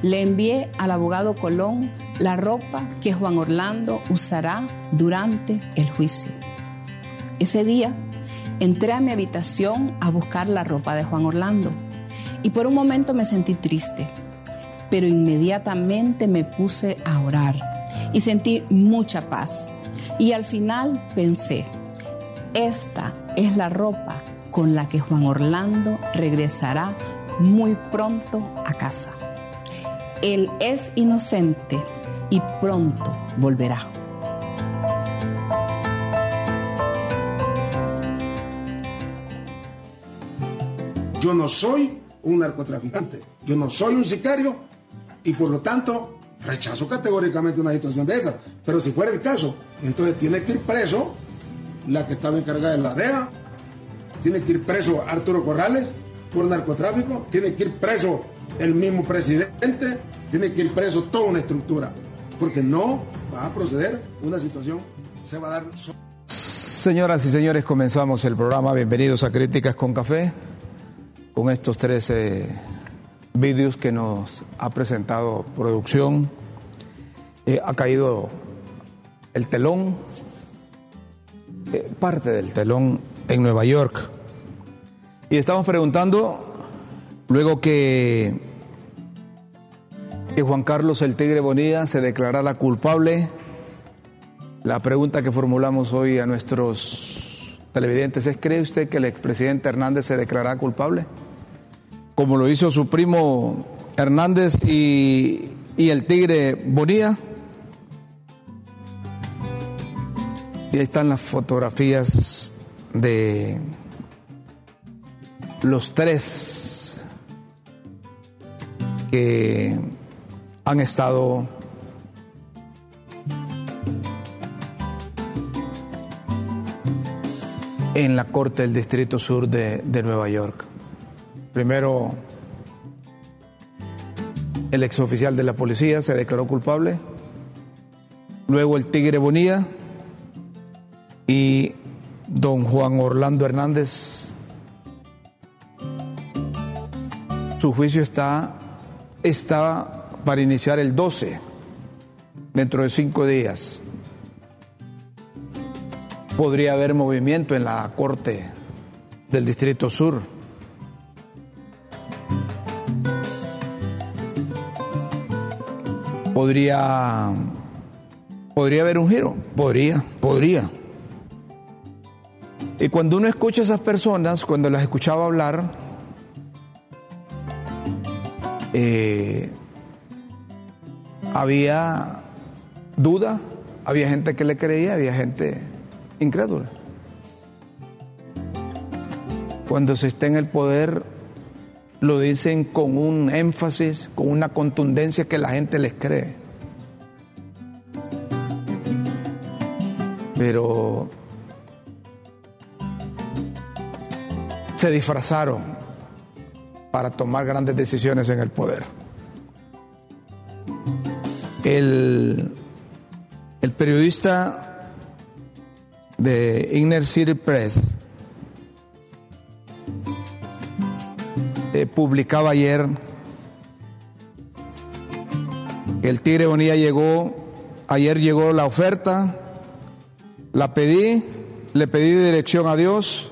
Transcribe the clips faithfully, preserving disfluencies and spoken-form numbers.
le envié al abogado Colón la ropa que Juan Orlando usará durante el juicio. Ese día entré a mi habitación a buscar la ropa de Juan Orlando y por un momento me sentí triste, pero inmediatamente me puse a orar y sentí mucha paz. Y al final pensé, esta es la ropa con la que Juan Orlando regresará muy pronto a casa. Él es inocente y pronto volverá. Yo no soy un narcotraficante, yo no soy un sicario y por lo tanto rechazo categóricamente una situación de esa. Pero si fuera el caso, entonces tiene que ir preso la que estaba encargada de la D E A, tiene que ir preso Arturo Corrales por narcotráfico, tiene que ir preso el mismo presidente, tiene que ir preso toda una estructura, porque no va a proceder una situación, se va a dar... So- Señoras y señores, comenzamos el programa. Bienvenidos a Críticas con Café, con estos trece vídeos que nos ha presentado producción. Eh, ha caído el telón, eh, parte del telón en Nueva York. Y estamos preguntando, luego que, que Juan Carlos el Tigre Bonilla se declarara culpable, la pregunta que formulamos hoy a nuestros televidentes es: ¿cree usted que el expresidente Hernández se declarará culpable, como lo hizo su primo Hernández y, y el Tigre Bonilla? Y ahí están las fotografías de los tres que han estado en la Corte del Distrito Sur de, de Nueva York. Primero, el exoficial de la policía se declaró culpable, luego el Tigre Bonilla y don Juan Orlando Hernández. Su juicio está, está para iniciar el doce, dentro de cinco días. Podría haber movimiento en la Corte del Distrito Sur. Podría, podría haber un giro, podría, podría. Y cuando uno escucha a esas personas, cuando las escuchaba hablar, eh, había duda, había gente que le creía, había gente incrédula. Cuando se está en el poder, lo dicen con un énfasis, con una contundencia que la gente les cree. Pero se disfrazaron para tomar grandes decisiones en el poder. El, el periodista de Inner City Press eh, publicaba ayer que el Tigre Bonilla llegó, ayer llegó la oferta, la pedí, le pedí dirección a Dios.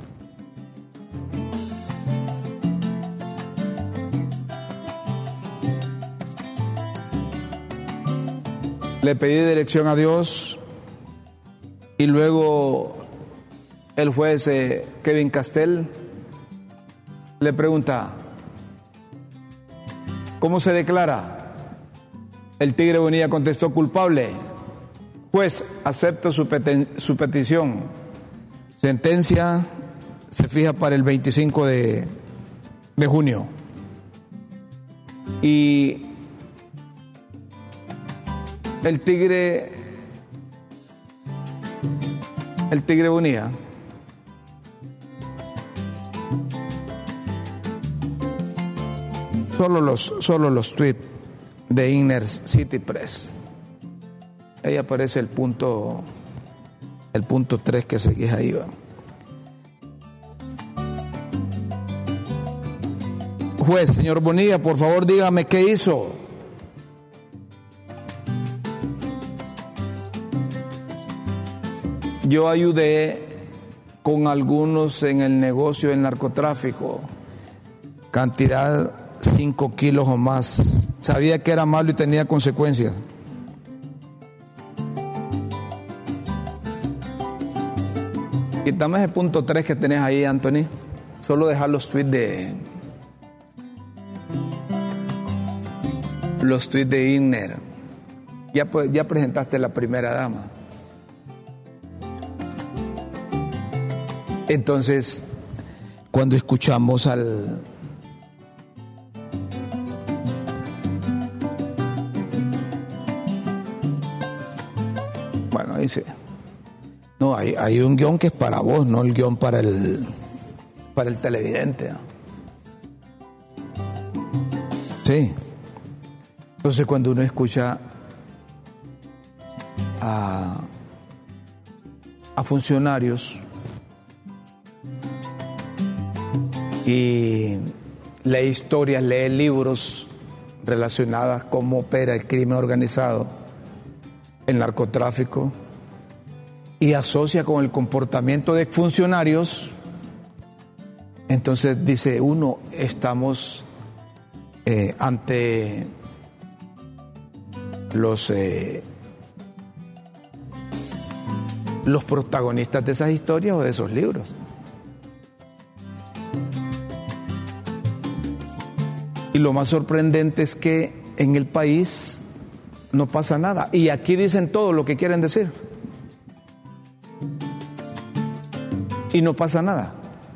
Le pedí dirección a Dios y luego el juez eh, Kevin Castell le pregunta: ¿cómo se declara? El Tigre Bonilla contestó: culpable. Juez, acepto su, peten- su petición. Sentencia se fija para el veinticinco de, de junio. Y el Tigre, el Tigre Bonilla solo los, solo los tweets de Inner City Press. Ahí aparece el punto, el punto tres que seguís ahí, ¿va? juez, señor Bonilla, por favor dígame qué hizo. Yo ayudé con algunos en el negocio del narcotráfico, cantidad cinco kilos o más. Sabía que era malo y tenía consecuencias. Quítame ese punto tres que tenés ahí, Anthony. Solo dejar los tweets de los tweets de Igner. Ya, ya presentaste la primera dama. Entonces, cuando escuchamos al bueno, dice, no, hay, hay un guión que es para vos, no el guión para el para el televidente. Sí. Entonces, cuando uno escucha a, a funcionarios y lee historias, lee libros relacionadas con cómo opera el crimen organizado, el narcotráfico, y asocia con el comportamiento de funcionarios, entonces dice uno, estamos eh, ante los, eh, los protagonistas de esas historias o de esos libros. Y lo más sorprendente es que en el país no pasa nada. Y aquí dicen todo lo que quieren decir. Y no pasa nada.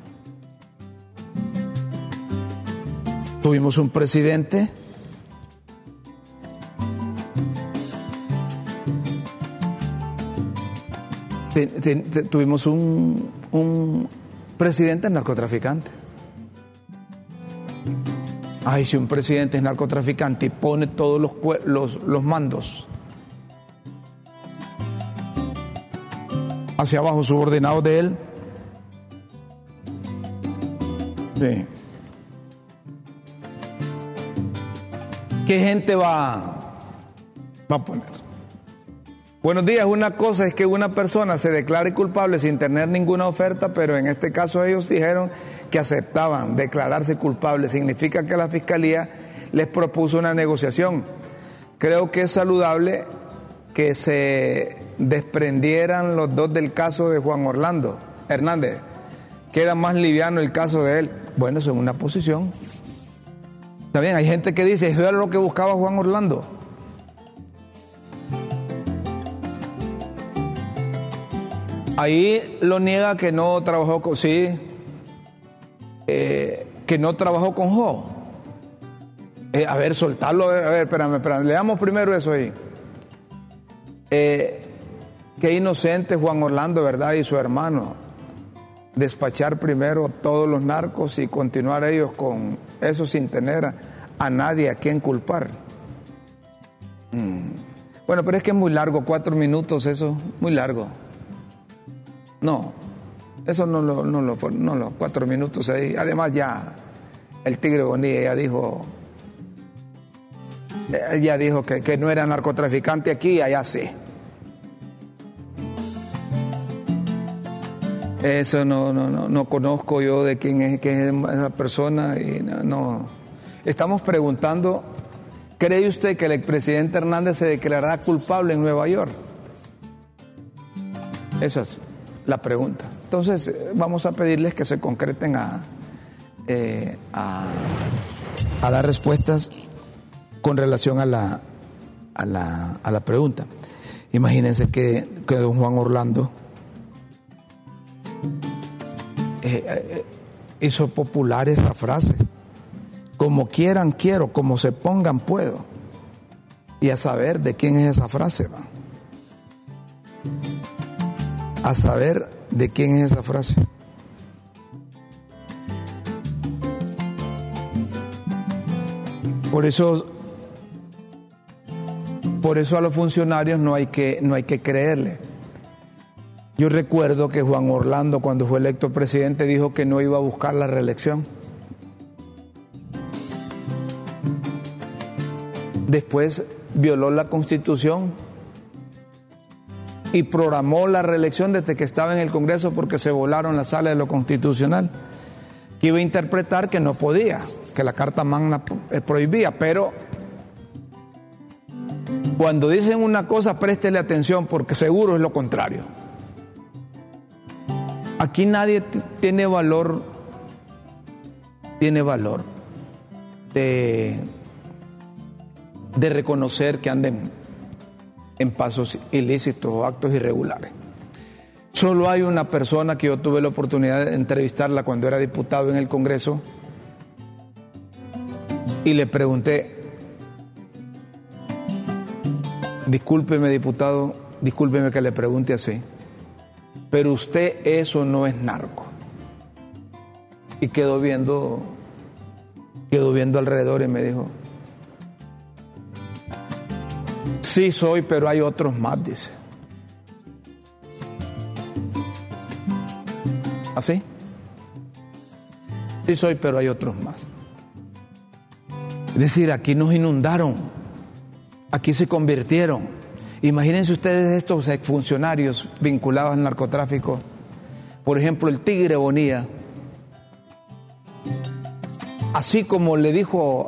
Tuvimos un presidente te, te, te, tuvimos un, un presidente narcotraficante. Ay, si un presidente es narcotraficante y pone todos los, los, los mandos hacia abajo, subordinados de él. Sí. ¿Qué gente va, va a poner? Buenos días, una cosa es que una persona se declare culpable sin tener ninguna oferta, pero en este caso ellos dijeron que aceptaban declararse culpables. Significa que la Fiscalía les propuso una negociación. Creo que es saludable que se desprendieran los dos del caso de Juan Orlando Hernández. Queda más liviano el caso de él. Bueno, eso es una posición. Está bien, hay gente que dice, eso era lo que buscaba Juan Orlando. Ahí lo niega que no trabajó con... Sí, eh, que no trabajó con Jo. Eh, a ver, soltarlo, a ver, a ver, espérame, espérame. Leamos primero eso ahí. Eh, qué inocente Juan Orlando, ¿verdad? Y su hermano. Despachar primero todos los narcos y continuar ellos con eso sin tener a, a nadie a quien culpar. Mm. Bueno, pero es que es muy largo, cuatro minutos, eso, muy largo. No, eso no lo, no lo, no lo, cuatro minutos ahí. Además ya el Tigre Bonilla ya dijo, ya dijo que, que no era narcotraficante aquí y allá sí. Eso no, no, no, no conozco yo de quién es, quién es esa persona y no, no. Estamos preguntando, ¿cree usted que el expresidente Hernández se declarará culpable en Nueva York? Esa es la pregunta. Entonces vamos a pedirles que se concreten a, eh, a, a dar respuestas con relación a la, a la, a la pregunta. Imagínense que, que don Juan Orlando Eh, eh, hizo popular esa frase: como quieran quiero, como se pongan puedo. Y a saber de quién es esa frase, va. A saber de quién es esa frase. Por eso, por eso a los funcionarios no hay que, no hay que creerle. Yo recuerdo que Juan Orlando, cuando fue electo presidente, dijo que no iba a buscar la reelección. después violó la Constitución y programó la reelección desde que estaba en el Congreso porque se volaron la sala de lo constitucional, que iba a interpretar que no podía, que la Carta Magna prohibía, pero cuando dicen una cosa, préstele atención porque seguro es lo contrario. Aquí nadie tiene valor, tiene valor de, de reconocer que anden en pasos ilícitos o actos irregulares. Solo hay una persona que yo tuve la oportunidad de entrevistarla cuando era diputado en el Congreso y le pregunté: discúlpeme, diputado, discúlpeme que le pregunte así, pero usted eso no es narco. Y quedó viendo, quedó viendo alrededor y me dijo: sí soy, pero hay otros más, dice. ¿Así? Sí soy, pero hay otros más. Es decir, aquí nos inundaron, aquí se convirtieron. Imagínense ustedes estos exfuncionarios vinculados al narcotráfico. Por ejemplo, el Tigre Bonilla, así como le dijo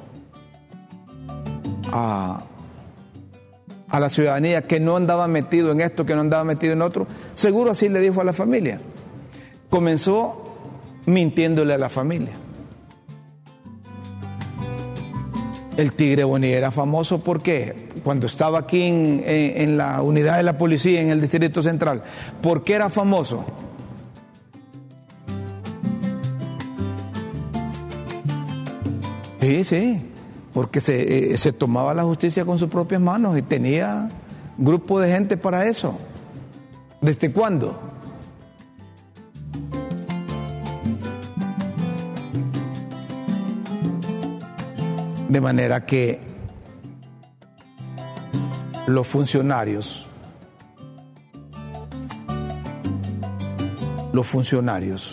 a, a la ciudadanía que no andaba metido en esto, que no andaba metido en otro, seguro así le dijo a la familia. Comenzó mintiéndole a la familia. El Tigre Bonilla era famoso porque cuando estaba aquí en, en, en la unidad de la policía en el Distrito Central, ¿por qué era famoso? Sí, sí, porque se, eh, se tomaba la justicia con sus propias manos y tenía grupo de gente para eso. ¿Desde cuándo? De manera que los funcionarios, los funcionarios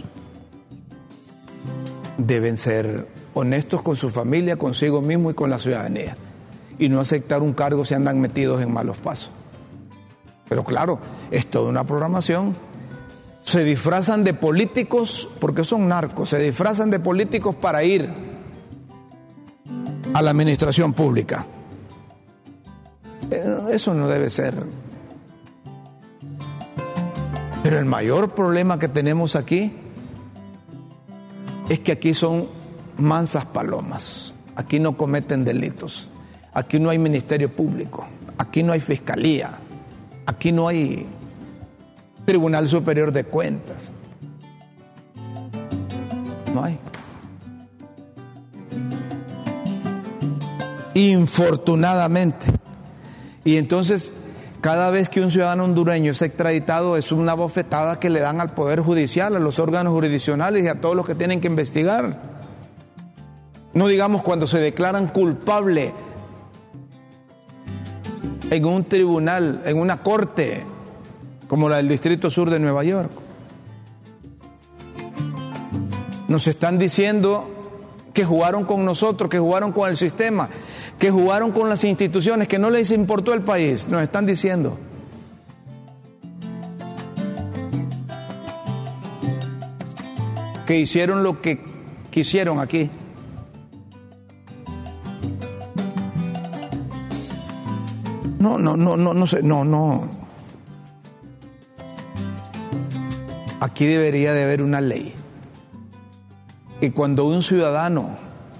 deben ser honestos con su familia, consigo mismo y con la ciudadanía, y no aceptar un cargo si andan metidos en malos pasos. Pero claro, es toda una programación. Se disfrazan de políticos porque son narcos, se disfrazan de políticos para ir a la administración pública. Eso no debe ser. Pero el mayor problema que tenemos aquí es que aquí son mansas palomas. Aquí no cometen delitos. Aquí no hay ministerio público. Aquí no hay fiscalía. Aquí no hay Tribunal Superior de Cuentas. No hay. Infortunadamente. Y entonces, cada vez que un ciudadano hondureño es extraditado, es una bofetada que le dan al Poder Judicial, a los órganos jurisdiccionales y a todos los que tienen que investigar. No digamos cuando se declaran culpable en un tribunal, en una corte, como la del Distrito Sur de Nueva York. Nos están diciendo que jugaron con nosotros, que jugaron con el sistema, que jugaron con las instituciones, que no les importó el país, nos están diciendo. Que hicieron lo que quisieron aquí. No, no, no, no, no sé, no, no. Aquí debería de haber una ley. Y cuando un ciudadano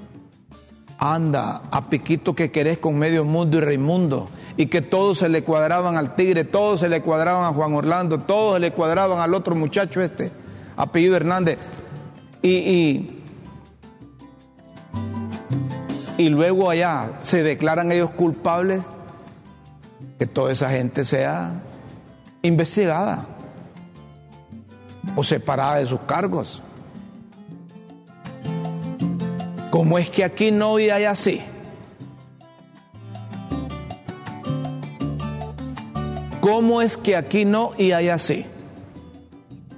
anda a piquito que querés con medio mundo y Raimundo, y que todos se le cuadraban al Tigre, todos se le cuadraban a Juan Orlando, todos se le cuadraban al otro muchacho este, apellido Hernández, y, y, y luego allá se declaran ellos culpables, que toda esa gente sea investigada o separada de sus cargos. ¿Cómo es que aquí no y hay así? ¿Cómo es que aquí no y hay así?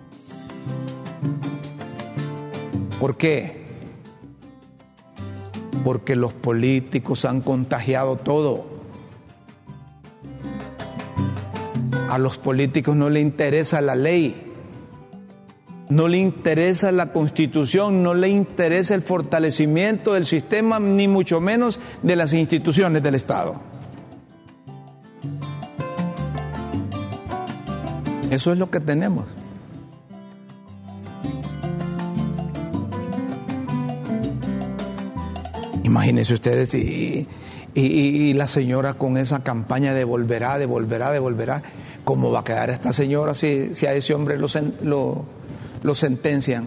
¿Por qué? porque los políticos han contagiado todo. A los políticos no les interesa la ley, no le interesa la Constitución, no le interesa el fortalecimiento del sistema, ni mucho menos de las instituciones del Estado. Eso es lo que tenemos. Imagínense ustedes y, y, y la señora con esa campaña de devolverá, devolverá, devolverá. ¿Cómo va a quedar esta señora si, si a ese hombre lo, lo, lo sentencian?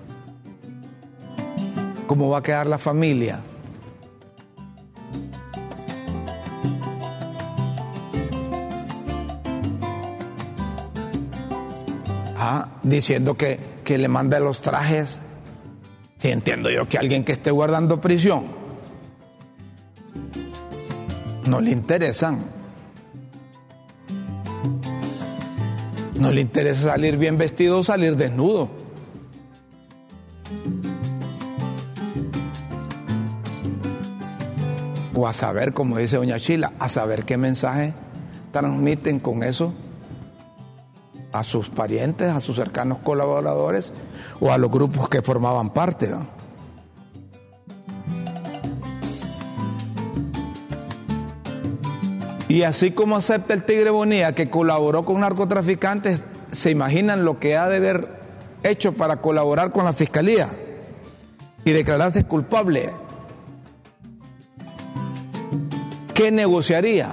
¿Cómo va a quedar la familia? Ah, diciendo que, que le manda los trajes. Sí, entiendo yo que alguien que esté guardando prisión no le interesan. No le interesa salir bien vestido o salir desnudo. O a saber, como dice doña Chila, a saber qué mensaje transmiten con eso a sus parientes, a sus cercanos colaboradores o a los grupos que formaban parte, ¿no? Y así como acepta el Tigre Bonilla que colaboró con narcotraficantes, ¿se imaginan lo que ha de haber hecho para colaborar con la fiscalía y declararse culpable? ¿Qué negociaría?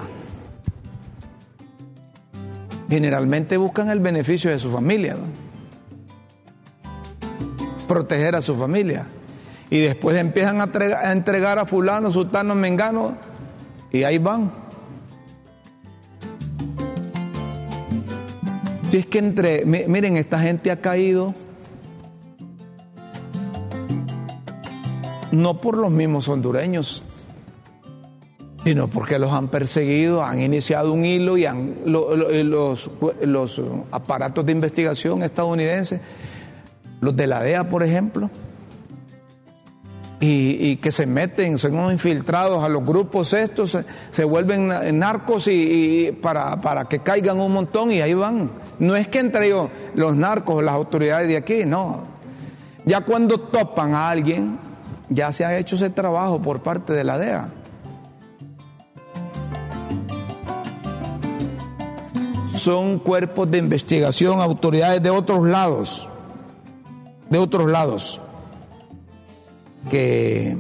Generalmente buscan el beneficio de su familia, ¿no? Proteger a su familia. Y después empiezan a, a entregar a fulano, sultano, mengano, y ahí van. Y es que entre, miren, esta gente ha caído no por los mismos hondureños, sino porque los han perseguido, han iniciado un hilo y han, lo, lo, los, los aparatos de investigación estadounidenses, los de la D E A, por ejemplo, y, y que se meten, son unos infiltrados a los grupos estos, se, se vuelven narcos y, y para, para que caigan un montón y ahí van. No es que entre ellos los narcos, las autoridades de aquí, no. Ya cuando topan a alguien, ya se ha hecho ese trabajo por parte de la D E A. Son cuerpos de investigación, autoridades de otros lados, de otros lados, que,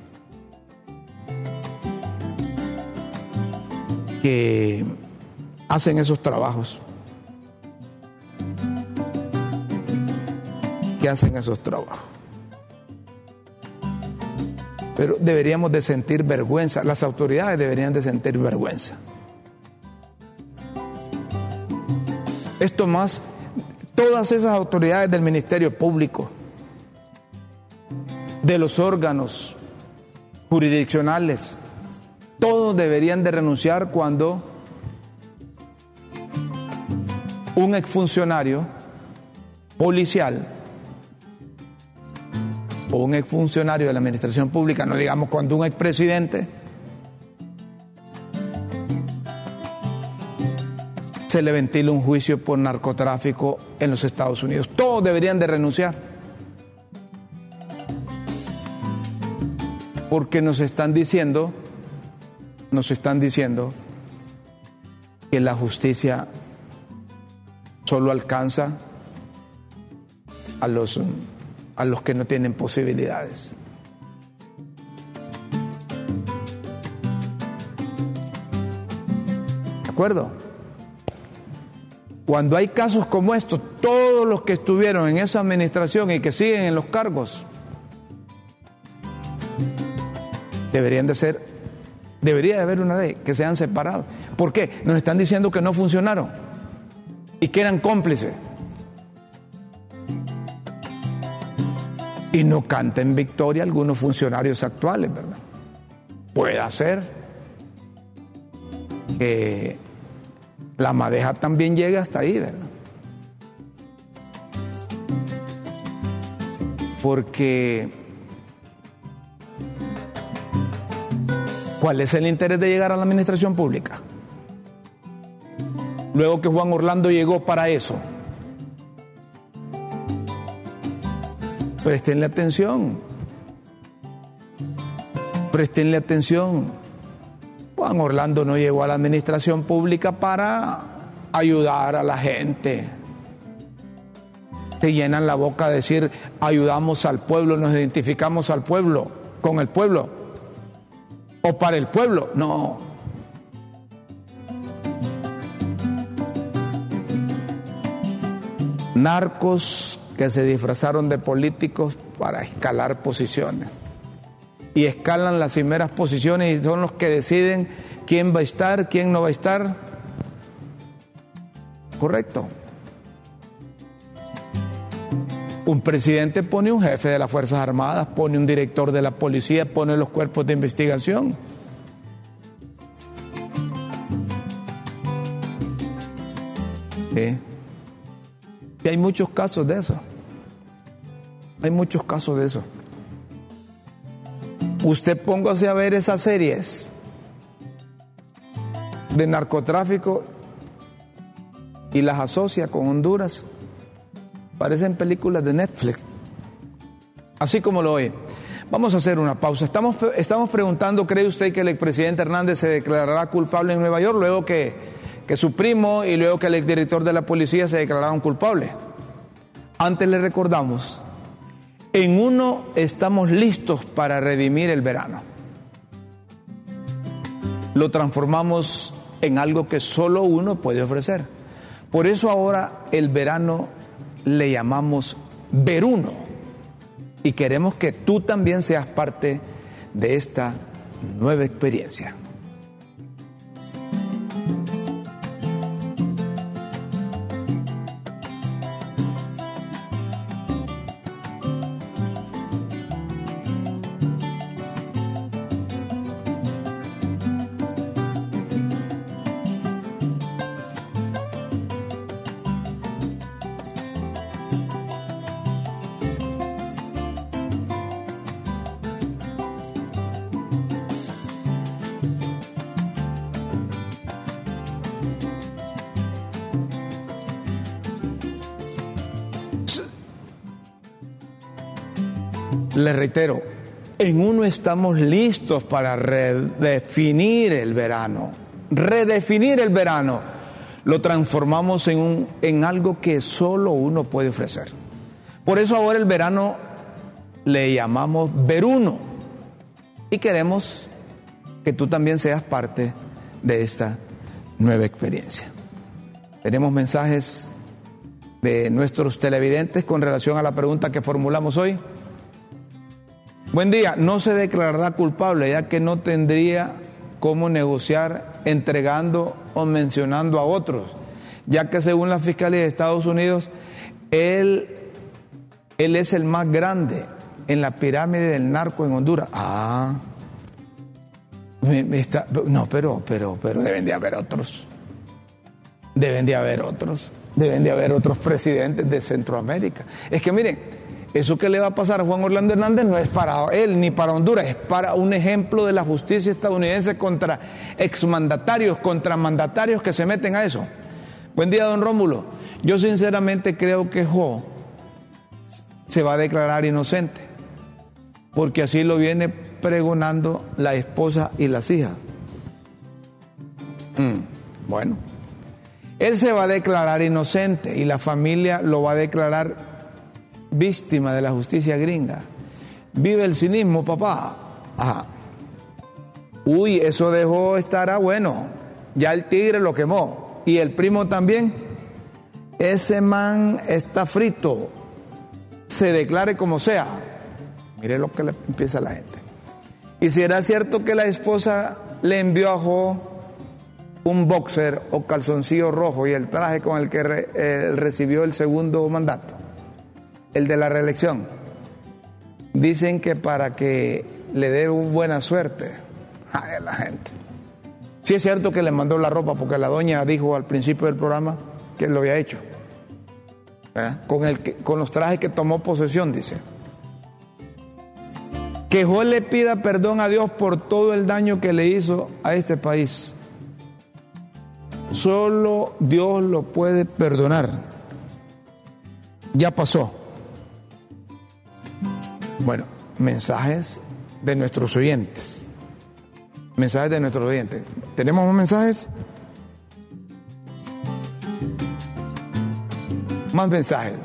que hacen esos trabajos, que hacen esos trabajos. Pero deberíamos de sentir vergüenza, las autoridades deberían de sentir vergüenza. Esto más, todas esas autoridades del Ministerio Público, de los órganos jurisdiccionales, todos deberían de renunciar cuando un exfuncionario policial o un exfuncionario de la administración pública, no digamos cuando un expresidente, se le ventila un juicio por narcotráfico en los Estados Unidos. Todos deberían de renunciar. Porque nos están diciendo, nos están diciendo que la justicia solo alcanza a los, a los que no tienen posibilidades. ¿De acuerdo? Cuando hay casos como estos, todos los que estuvieron en esa administración y que siguen en los cargos deberían de ser, debería de haber una ley que sean separados. ¿Por qué? Nos están diciendo que no funcionaron y que eran cómplices. Y no canten victoria algunos funcionarios actuales, ¿verdad? Puede ser que la madeja también llegue hasta ahí, ¿verdad? Porque ¿Cuál es el interés de llegar a la administración pública? Luego que Juan Orlando llegó para eso. Prestenle atención. Prestenle atención. Juan Orlando no llegó a la administración pública para ayudar a la gente. Se llenan la boca de decir ayudamos al pueblo, nos identificamos al pueblo, con el pueblo o para el pueblo. No. Narcos que se disfrazaron de políticos para escalar posiciones. Y escalan las primeras posiciones y son los que deciden quién va a estar, quién no va a estar. Correcto. Un presidente pone un jefe de las Fuerzas Armadas, pone un director de la policía, pone los cuerpos de investigación. ¿Sí? Y hay muchos casos de eso. Hay muchos casos de eso. Usted póngase a ver esas series de narcotráfico y las asocia con Honduras. Parecen películas de Netflix. Así como lo oye. Vamos a hacer una pausa. Estamos, estamos preguntando, ¿cree usted que el expresidente Hernández se declarará culpable en Nueva York luego que, que su primo y luego que el exdirector de la policía se declararon culpables? Antes le recordamos, en uno estamos listos para redimir el verano. Lo transformamos en algo que solo uno puede ofrecer. Por eso ahora el verano le llamamos veruno. Y queremos que tú también seas parte de esta nueva experiencia. Le reitero, en uno estamos listos para redefinir el verano. Redefinir el verano. Lo transformamos en, un, en algo que solo uno puede ofrecer. Por eso ahora el verano le llamamos veruno. Y queremos que tú también seas parte de esta nueva experiencia. Tenemos mensajes de nuestros televidentes con relación a la pregunta que formulamos hoy. Buen día, no se declarará culpable ya que no tendría cómo negociar entregando o mencionando a otros, ya que según la Fiscalía de Estados Unidos, él, él es el más grande en la pirámide del narco en Honduras. Ah, me, me está, no, pero, pero, pero deben de haber otros, deben de haber otros, deben de haber otros presidentes de Centroamérica. Es que miren, eso que le va a pasar a Juan Orlando Hernández no es para él ni para Honduras, es para un ejemplo de la justicia estadounidense contra exmandatarios, contra mandatarios que se meten a eso. Buen día, don Rómulo. Yo sinceramente creo que Jo se va a declarar inocente, porque así lo viene pregonando la esposa y las hijas. Mm, bueno, él se va a declarar inocente y la familia lo va a declarar víctima de la justicia gringa. Vive el cinismo, papá. Ajá. Uy, eso dejó estar a bueno. Ya el tigre lo quemó. Y el primo también. Ese man está frito. Se declare como sea. Mire lo que le empieza a la gente. Y si era cierto que la esposa le envió a Jo un boxer o calzoncillo rojo y el traje con el que re, eh, recibió el segundo mandato, el de la reelección, dicen que para que le dé buena suerte a la gente. Sí es cierto que le mandó la ropa porque la doña dijo al principio del programa que lo había hecho. ¿Eh? Con, el que, con los trajes que tomó posesión, dice. Que Joel le pida perdón a Dios por todo el daño que le hizo a este país. Solo Dios lo puede perdonar. Ya pasó. Bueno, mensajes de nuestros oyentes. Mensajes de nuestros oyentes. ¿Tenemos más mensajes? Más mensajes.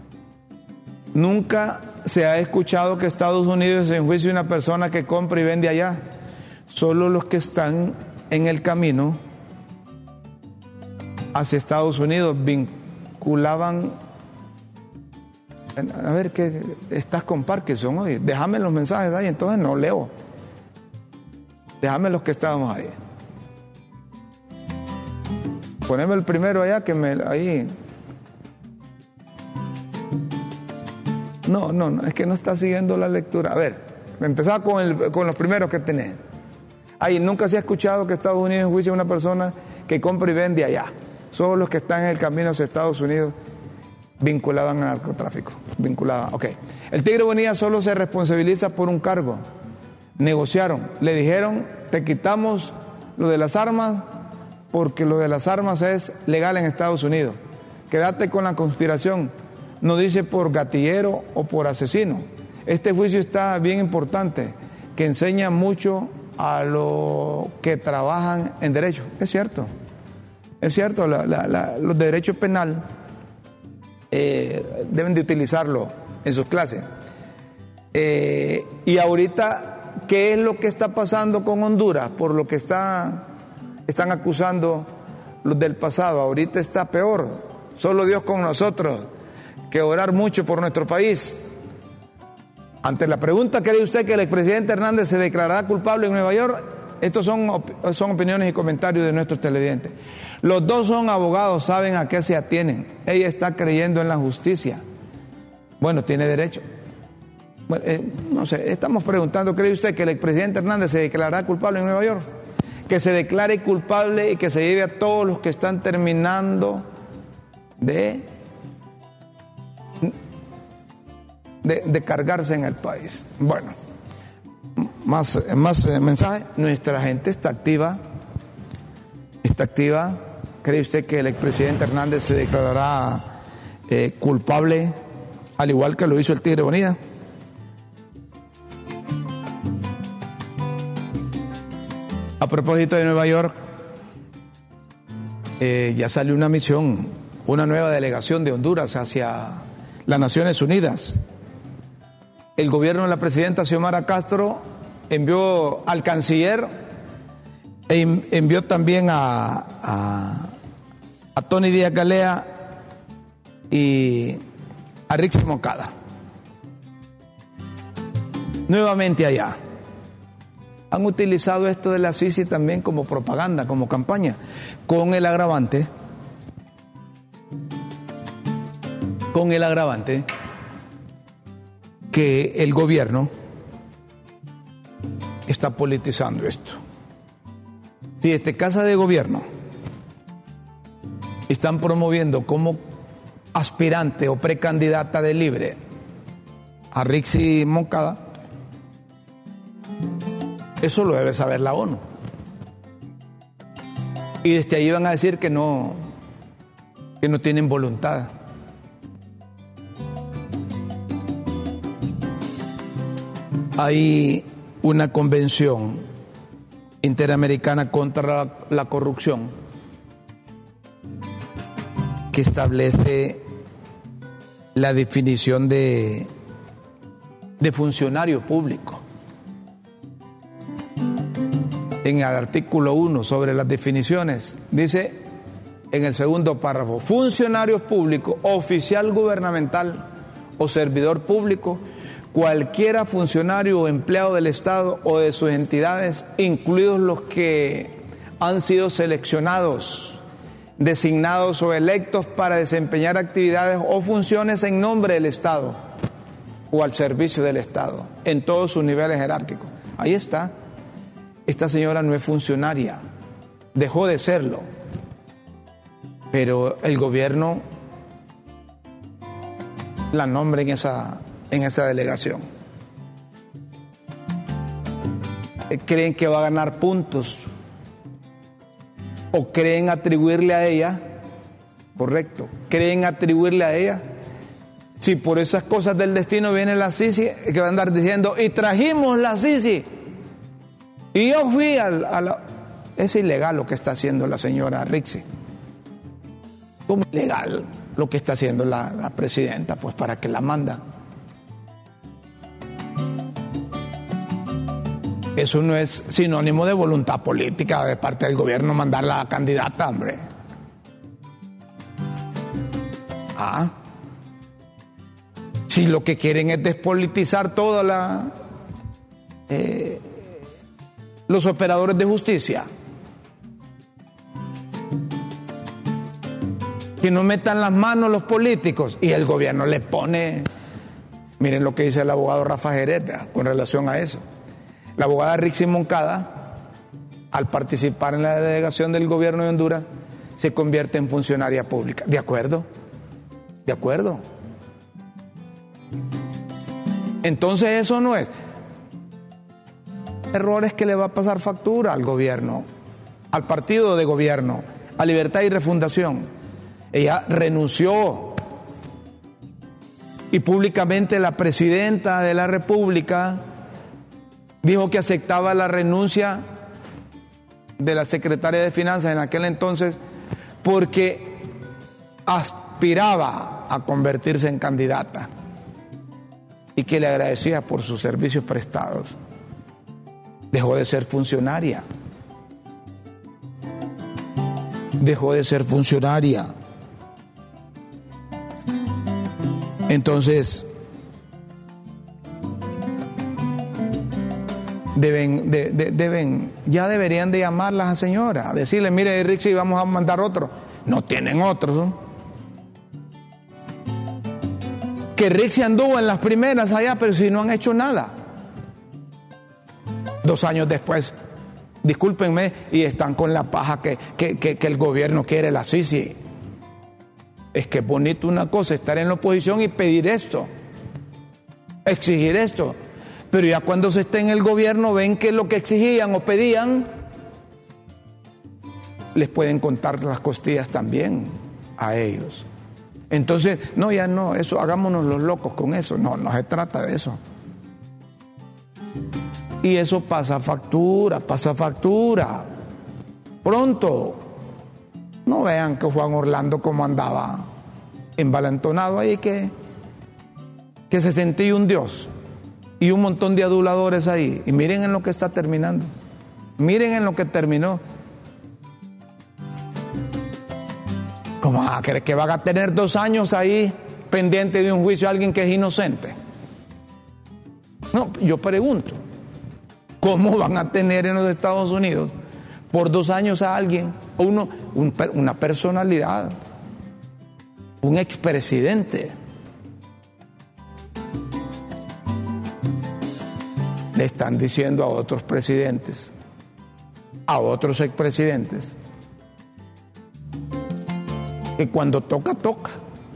Nunca se ha escuchado que Estados Unidos enjuicie a una persona que compra y vende allá. Solo los que están en el camino hacia Estados Unidos vinculaban. A ver, ¿qué estás con Parkinson hoy? Déjame los mensajes ahí, entonces no leo. Déjame los que estábamos ahí. Poneme el primero allá, que me... ahí. No, no, no, es que no está siguiendo la lectura. A ver, empezaba con, el, con los primeros que tenés. Ahí, nunca se ha escuchado que Estados Unidos enjuicia a una persona que compra y vende allá. Solo los que están en el camino hacia Estados Unidos vinculaban al narcotráfico. Vinculaban, ok. El Tigre Bonilla solo se responsabiliza por un cargo. Negociaron, le dijeron, te quitamos lo de las armas porque lo de las armas es legal en Estados Unidos. Quédate con la conspiración. No dice por gatillero o por asesino. Este juicio está bien importante, que enseña mucho a los que trabajan en derecho. Es cierto, es cierto, la, la, la, los derechos penal eh, deben de utilizarlo en sus clases. Eh, y ahorita, ¿qué es lo que está pasando con Honduras? Por lo que está, están acusando los del pasado. Ahorita está peor. Solo Dios con nosotros. Que orar mucho por nuestro país. Ante la pregunta, ¿cree usted que el expresidente Hernández se declarará culpable en Nueva York? Estos son, op- son opiniones y comentarios de nuestros televidentes. Los dos son abogados, saben a qué se atienen. Ella está creyendo en la justicia. Bueno, tiene derecho. Bueno, eh, no sé, estamos preguntando, ¿cree usted que el expresidente Hernández se declarará culpable en Nueva York? Que se declare culpable y que se lleve a todos los que están terminando de... De, de cargarse en el país. Bueno, más, más eh, mensaje. Nuestra gente está activa. Está activa. ¿Cree usted que el expresidente Hernández se declarará eh, culpable, al igual que lo hizo el Tigre Bonilla? A propósito de Nueva York, eh, ya salió una misión, una nueva delegación de Honduras hacia las Naciones Unidas. El gobierno de la presidenta Xiomara Castro envió al canciller e envió también a, a, a Tony Díaz Galea y a Rixi Moncada. Nuevamente allá. Han utilizado esto de la Sisi también como propaganda, como campaña, con el agravante, con el agravante que el gobierno está politizando esto. Si desde Casa de Gobierno están promoviendo como aspirante o precandidata de libre a Rixi Moncada, eso lo debe saber la ONU. Y desde ahí van a decir que no, que no tienen voluntad. Hay una convención interamericana contra la, la corrupción que establece la definición de, de funcionario público. En el artículo uno sobre las definiciones dice en el segundo párrafo: funcionarios públicos, oficial gubernamental o servidor público, cualquiera funcionario o empleado del Estado o de sus entidades, incluidos los que han sido seleccionados, designados o electos para desempeñar actividades o funciones en nombre del Estado o al servicio del Estado, en todos sus niveles jerárquicos. Ahí está. Esta señora no es funcionaria, dejó de serlo, pero el gobierno la nombra en esa, en esa delegación. creen que va a ganar puntos o creen atribuirle a ella, correcto, creen atribuirle a ella. Si por esas cosas del destino viene la Sisi, que va a andar diciendo, y trajimos la Sisi, y yo fui al, a la... Es ilegal lo que está haciendo la señora Rixi. ¿Cómo ilegal lo que está haciendo la, la presidenta? Pues para que la manda. Eso no es sinónimo de voluntad política de parte del gobierno mandarla a candidata, hombre. Ah. Si lo que quieren es despolitizar toda la eh, los operadores de justicia, que no metan las manos los políticos y el gobierno le pone. Miren lo que dice el abogado Rafa Jerez con relación a eso. La abogada Rixi Moncada, al participar en la delegación del gobierno de Honduras, se convierte en funcionaria pública. ¿De acuerdo? ¿De acuerdo? Entonces eso no es. Errores que le va a pasar factura al gobierno, al partido de gobierno, a Libertad y Refundación. Ella renunció y públicamente la presidenta de la República dijo que aceptaba la renuncia de la secretaria de Finanzas en aquel entonces porque aspiraba a convertirse en candidata y que le agradecía por sus servicios prestados. Dejó de ser funcionaria. Dejó de ser funcionaria. Entonces, deben, de, de, deben, ya deberían de llamarla a la señora, decirle, mire, Rixi, vamos a mandar otro. No tienen otros, ¿no? Que Rixi anduvo en las primeras allá, pero si no han hecho nada. Dos años después, discúlpenme, y están con la paja que, que, que, que el gobierno quiere la Sisi. Es que es bonito una cosa estar en la oposición y pedir esto, exigir esto, pero ya cuando se esté en el gobierno ven que lo que exigían o pedían les pueden contar las costillas también a ellos. Entonces, no, ya no, eso, hagámonos los locos con eso, no, no se trata de eso. Y eso pasa factura, pasa factura. Pronto. No vean que Juan Orlando como andaba envalentonado ahí, que, que se sentía un dios. Y un montón de aduladores ahí. Y miren en lo que está terminando. Miren en lo que terminó. ¿Cómo va a creer que van a tener dos años ahí pendiente de un juicio a alguien que es inocente? No, yo pregunto. ¿Cómo van a tener en los Estados Unidos por dos años a alguien, uno, un, una personalidad, un expresidente? Le están diciendo a otros presidentes, a otros expresidentes, que cuando toca, toca.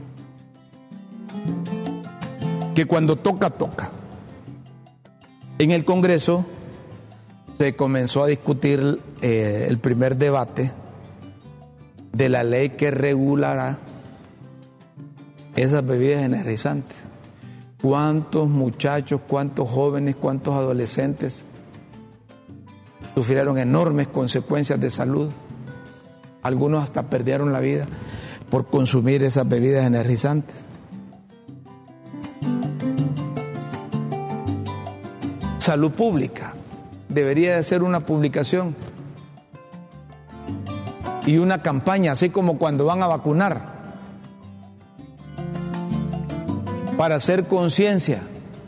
Que cuando toca, toca. En el Congreso se comenzó a discutir eh, el primer debate de la ley que regulará esas bebidas energizantes. ¿Cuántos muchachos, cuántos jóvenes, cuántos adolescentes sufrieron enormes consecuencias de salud? Algunos hasta perdieron la vida por consumir esas bebidas energizantes. Salud Pública debería de ser una publicación y una campaña, así como cuando van a vacunar, para hacer conciencia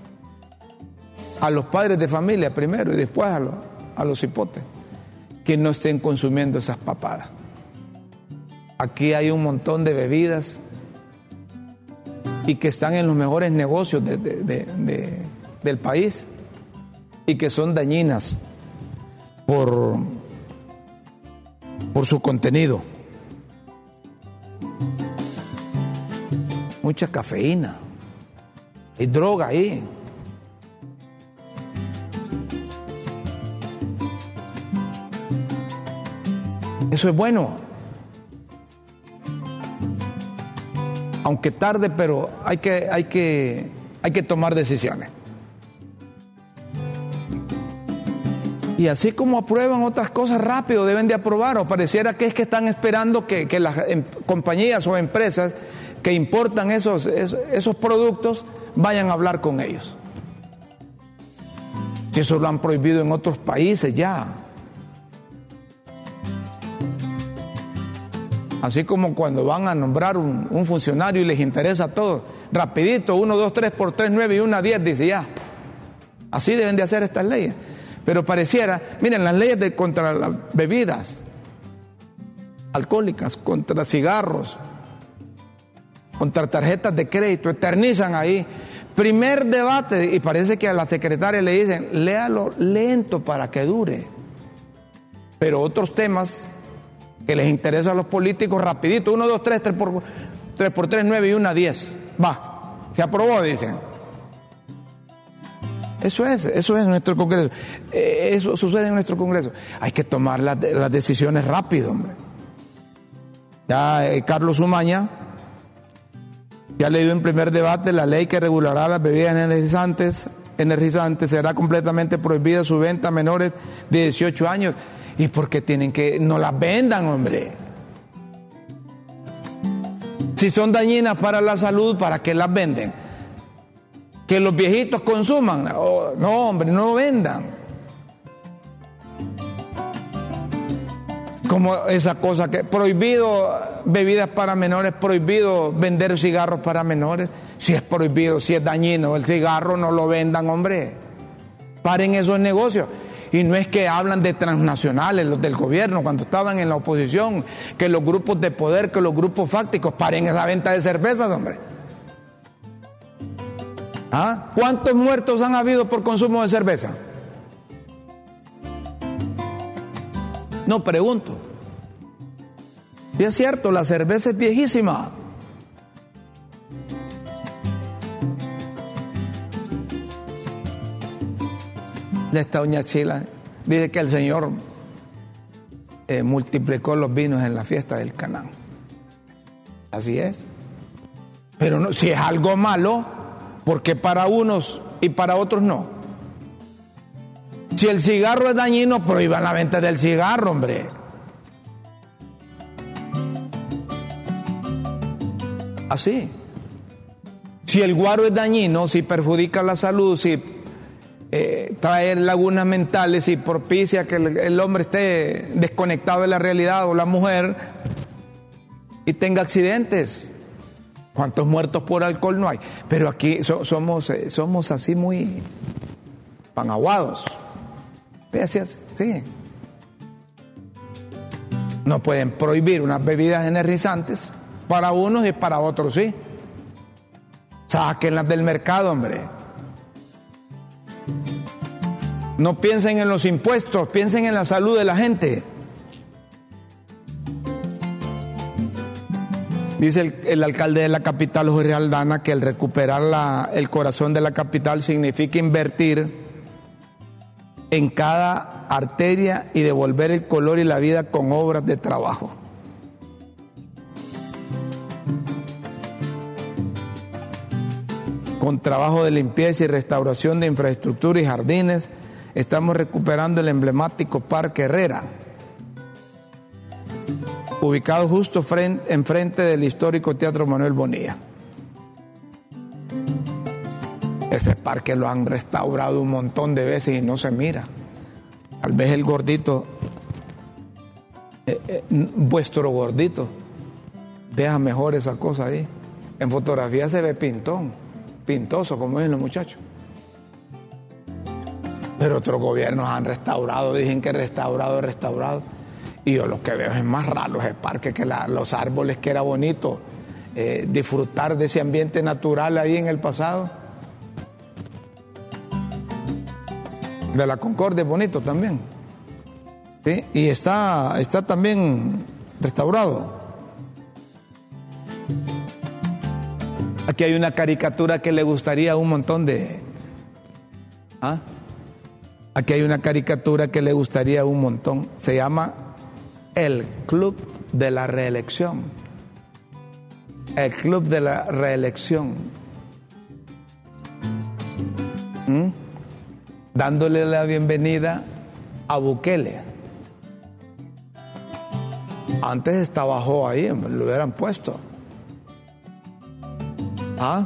a los padres de familia primero y después a los, a los hipotes, que no estén consumiendo esas papadas. Aquí hay un montón de bebidas y que están en los mejores negocios de, de, de, de, del país y que son dañinas por, por su contenido. Mucha cafeína. Hay droga ahí. Eso es bueno. Aunque tarde, pero hay que, hay que, hay que tomar decisiones. Y así como aprueban otras cosas rápido, deben de aprobar, o pareciera que es que están esperando que, que las em, compañías o empresas que importan esos, esos, esos productos vayan a hablar con ellos. Si eso lo han prohibido en otros países ya. Así como cuando van a nombrar un, un funcionario y les interesa todo, rapidito, uno, dos, tres por tres, nueve y una, diez, dice ya. Así deben de hacer estas leyes. Pero pareciera, miren, las leyes de, contra las bebidas alcohólicas, contra cigarros, contra tarjetas de crédito, eternizan ahí. Primer debate, y parece que a la secretaria le dicen, léalo lento para que dure. Pero otros temas que les interesa a los políticos, rapidito, uno, dos, tres, tres por tres, por tres, nueve y una, diez. Va, se aprobó, dicen. Eso es, eso es nuestro Congreso. Eh, eso sucede en nuestro Congreso. Hay que tomar las, las decisiones rápido, hombre. Ya eh, Carlos Umaña ya leído en primer debate la ley que regulará las bebidas energizantes, energizantes será completamente prohibida su venta a menores de dieciocho años. ¿Y por qué tienen que no las vendan, hombre? Si son dañinas para la salud, ¿para qué las venden? Que los viejitos consuman. Oh, no, hombre, no vendan. Como esa cosa que prohibido bebidas para menores, prohibido vender cigarros para menores. Si es prohibido, si es dañino el cigarro, no lo vendan, hombre. Paren esos negocios. Y no es que hablan de transnacionales, los del gobierno, cuando estaban en la oposición, que los grupos de poder, que los grupos fácticos, paren esa venta de cervezas, hombre. ¿Ah? ¿Cuántos muertos han habido por consumo de cerveza? No, pregunto. Y es cierto, la cerveza es viejísima. Esta doña Chila dice que el Señor eh, multiplicó los vinos en la fiesta del Canaán. Así es. Pero no, si es algo malo, ¿por qué para unos y para otros no? Si el cigarro es dañino, prohíban la venta del cigarro, hombre. Así. Si el guaro es dañino, si perjudica la salud, si eh, trae lagunas mentales, si propicia que el, el hombre esté desconectado de la realidad o la mujer y tenga accidentes. ¿Cuántos muertos por alcohol no hay? Pero aquí so, somos, eh, somos así muy panaguados. Así, así, sí. No pueden prohibir unas bebidas energizantes para unos y para otros sí. Sáquenlas del mercado, hombre. No piensen en los impuestos, piensen en la salud de la gente. Dice el, el alcalde de la capital, Jorge Aldana, que el recuperar la, el corazón de la capital significa invertir en cada arteria y devolver el color y la vida con obras de trabajo. Con trabajo de limpieza y restauración de infraestructura y jardines, estamos recuperando el emblemático Parque Herrera, ubicado justo frente, enfrente del histórico Teatro Manuel Bonilla. Ese parque lo han restaurado un montón de veces y no se mira. Tal vez el gordito, eh, eh, vuestro gordito, deja mejor esa cosa ahí. En fotografía se ve pintón, pintoso, como dicen los muchachos. Pero otros gobiernos han restaurado, dicen que restaurado, restaurado. Y yo lo que veo es más raro ese parque, que la, los árboles, que era bonito eh, disfrutar de ese ambiente natural ahí en el pasado. De la Concordia es bonito también. ¿Sí? Y está, está también restaurado. Aquí hay una caricatura que le gustaría a un montón de... ¿Ah? Aquí hay una caricatura que le gustaría a un montón. Se llama el club de la reelección. El club de la reelección. ¿Mm? Dándole la bienvenida a Bukele. Antes estaba Jo ahí, lo hubieran puesto. ¿Ah?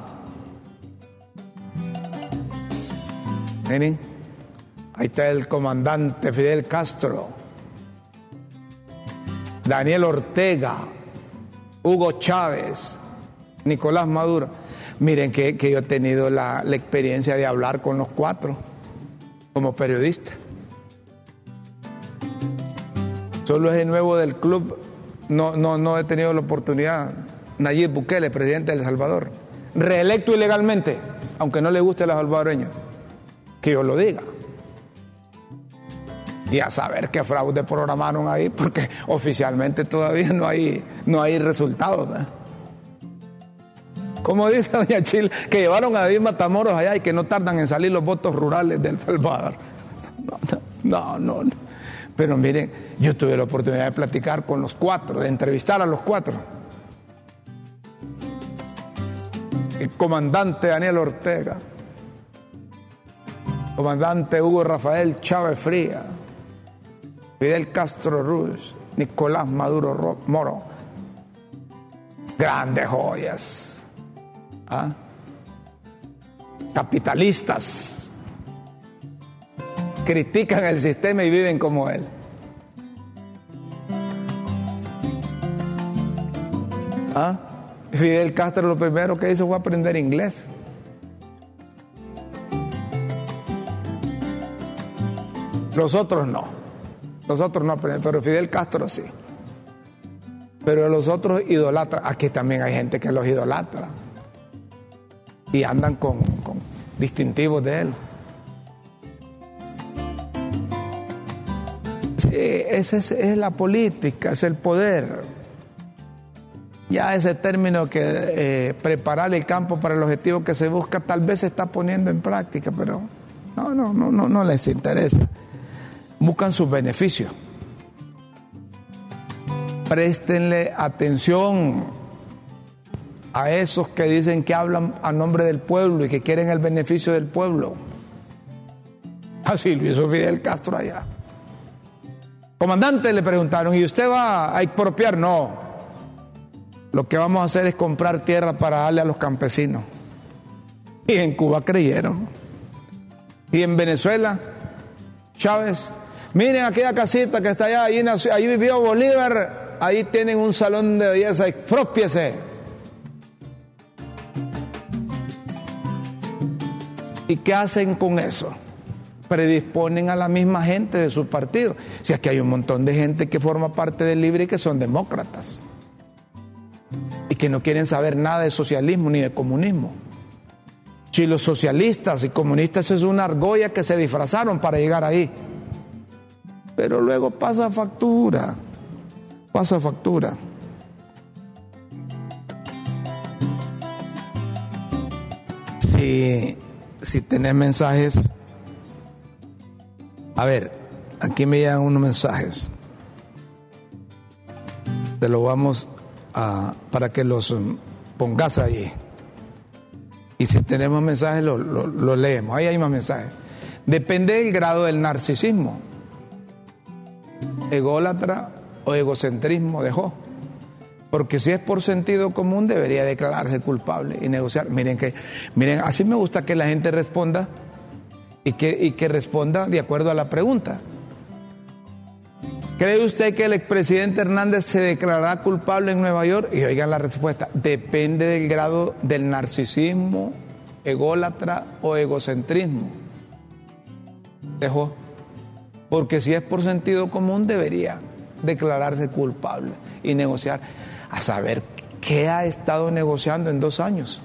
Miren, ahí está el comandante Fidel Castro, Daniel Ortega, Hugo Chávez, Nicolás Maduro. Miren que, que yo he tenido la, la experiencia de hablar con los cuatro como periodista. Solo es el nuevo del club, no, no, no he tenido la oportunidad. Nayib Bukele, presidente de El Salvador, reelecto ilegalmente, aunque no le guste a los salvadoreños, que yo lo diga. Y a saber qué fraude programaron ahí, porque oficialmente todavía no hay, no hay resultados, ¿no? Como dice doña Chile, que llevaron a David Matamoros allá y que no tardan en salir los votos rurales de El Salvador. No, no, no, no. Pero miren, yo tuve la oportunidad de platicar con los cuatro, de entrevistar a los cuatro. El comandante Daniel Ortega, comandante Hugo Rafael Chávez Fría, Fidel Castro Ruz, Nicolás Maduro Moro. Grandes joyas. ¿Ah? Capitalistas. Critican el sistema y viven como él. ¿Ah? Fidel Castro lo primero que hizo fue aprender inglés. Los otros no. Los otros no aprenden, pero Fidel Castro sí. Pero los otros idolatran. Aquí también hay gente que los idolatra. Y andan con, con distintivos de él. Sí, esa es, es la política, es el poder. Ya ese término que eh, preparar el campo para el objetivo que se busca, tal vez se está poniendo en práctica, pero no, no, no, no, no les interesa. Buscan sus beneficios. Préstenle atención a esos que dicen que hablan a nombre del pueblo y que quieren el beneficio del pueblo. Así lo hizo Fidel Castro allá. Comandante, le preguntaron, ¿y usted va a expropiar? No. Lo que vamos a hacer es comprar tierra para darle a los campesinos. Y en Cuba creyeron. Y en Venezuela, Chávez, miren aquella casita que está allá, ahí, nació, ahí vivió Bolívar, ahí tienen un salón de belleza, exprópiese. ¿Y qué hacen con eso? Predisponen a la misma gente de su partido. Si es que hay un montón de gente que forma parte del Libre y que son demócratas y que no quieren saber nada de socialismo ni de comunismo. Si los socialistas y comunistas es una argolla que se disfrazaron para llegar ahí, pero luego pasa factura, pasa factura. Si, si tenés mensajes, a ver, aquí me llegan unos mensajes, te lo vamos a, para que los pongas ahí. Y si tenemos mensajes, lo, lo, lo leemos. Ahí hay más mensajes. Depende del grado del narcisismo. Ególatra o egocentrismo dejó. Porque si es por sentido común, debería declararse culpable y negociar. Miren, que, miren, así me gusta que la gente responda y que, y que responda de acuerdo a la pregunta. ¿Cree usted que el expresidente Hernández se declarará culpable en Nueva York? Y oigan la respuesta. Depende del grado del narcisismo, ególatra o egocentrismo. Dejó. Porque si es por sentido común, debería declararse culpable y negociar. A saber qué ha estado negociando en dos años.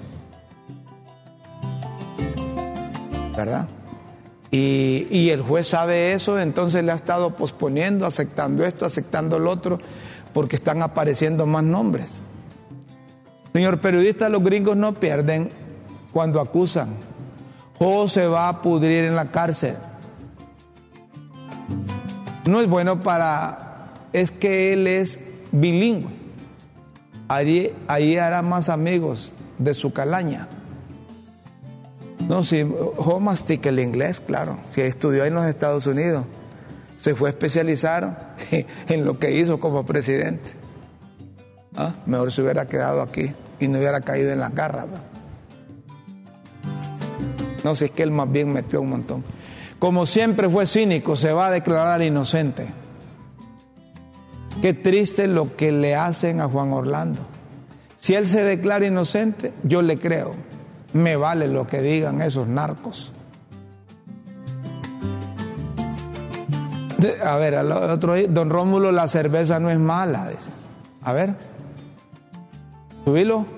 ¿Verdad? Y, y el juez sabe eso, entonces le ha estado posponiendo, aceptando esto, aceptando lo otro, porque están apareciendo más nombres. Señor periodista, los gringos no pierden cuando acusan. O se va a pudrir en la cárcel. No es bueno para es que él es bilingüe. Allí, allí hará más amigos de su calaña. No, si Jo mastica el inglés, claro. Si estudió en los Estados Unidos, se fue a especializar en lo que hizo como presidente. ¿Ah? Mejor se hubiera quedado aquí y no hubiera caído en las garras, ¿no? No, si es que él más bien metió un montón. Como siempre fue cínico, se va a declarar inocente. Qué triste lo que le hacen a Juan Orlando. Si él se declara inocente, yo le creo. Me vale lo que digan esos narcos. De, a ver, al otro día, don Rómulo, la cerveza no es mala, dice. A ver, subilo.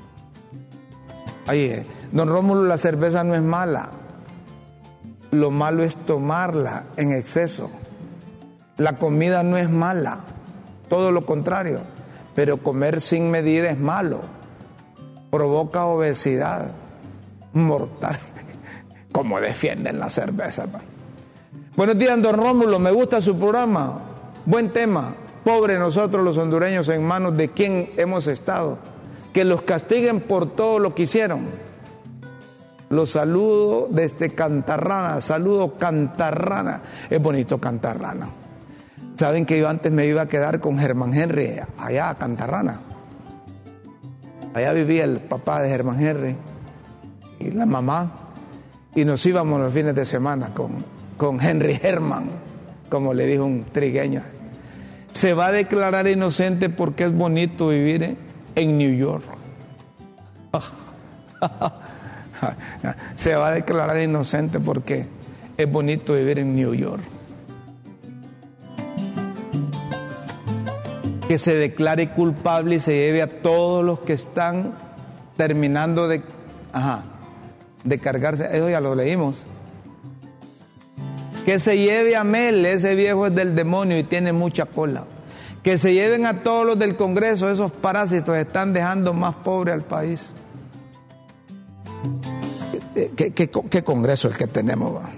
Ahí es. Don Rómulo, la cerveza no es mala. Lo malo es tomarla en exceso. La comida no es mala, todo lo contrario. Pero comer sin medida es malo. Provoca obesidad mortal. Como defienden la cerveza. Buenos días, don Rómulo, me gusta su programa. Buen tema. Pobre nosotros los hondureños, en manos de quien hemos estado. Que los castiguen por todo lo que hicieron. Los saludo desde Cantarrana. Saludo Cantarrana. Es bonito Cantarrana. Saben que yo antes me iba a quedar con Germán Henry allá a Cantarrana. Allá vivía el papá de Germán Henry y la mamá. Y nos íbamos los fines de semana con, con Henry Herman, como le dijo un trigueño. Se va a declarar inocente porque es bonito vivir en, en New York. Se va a declarar inocente porque es bonito vivir en New York. Que se declare culpable y se lleve a todos los que están terminando de, ajá, de cargarse. Eso ya lo leímos. Que se lleve a Mel, ese viejo es del demonio y tiene mucha cola. Que se lleven a todos los del Congreso, esos parásitos están dejando más pobre al país. ¿Qué, qué, qué, qué Congreso el que tenemos? Va?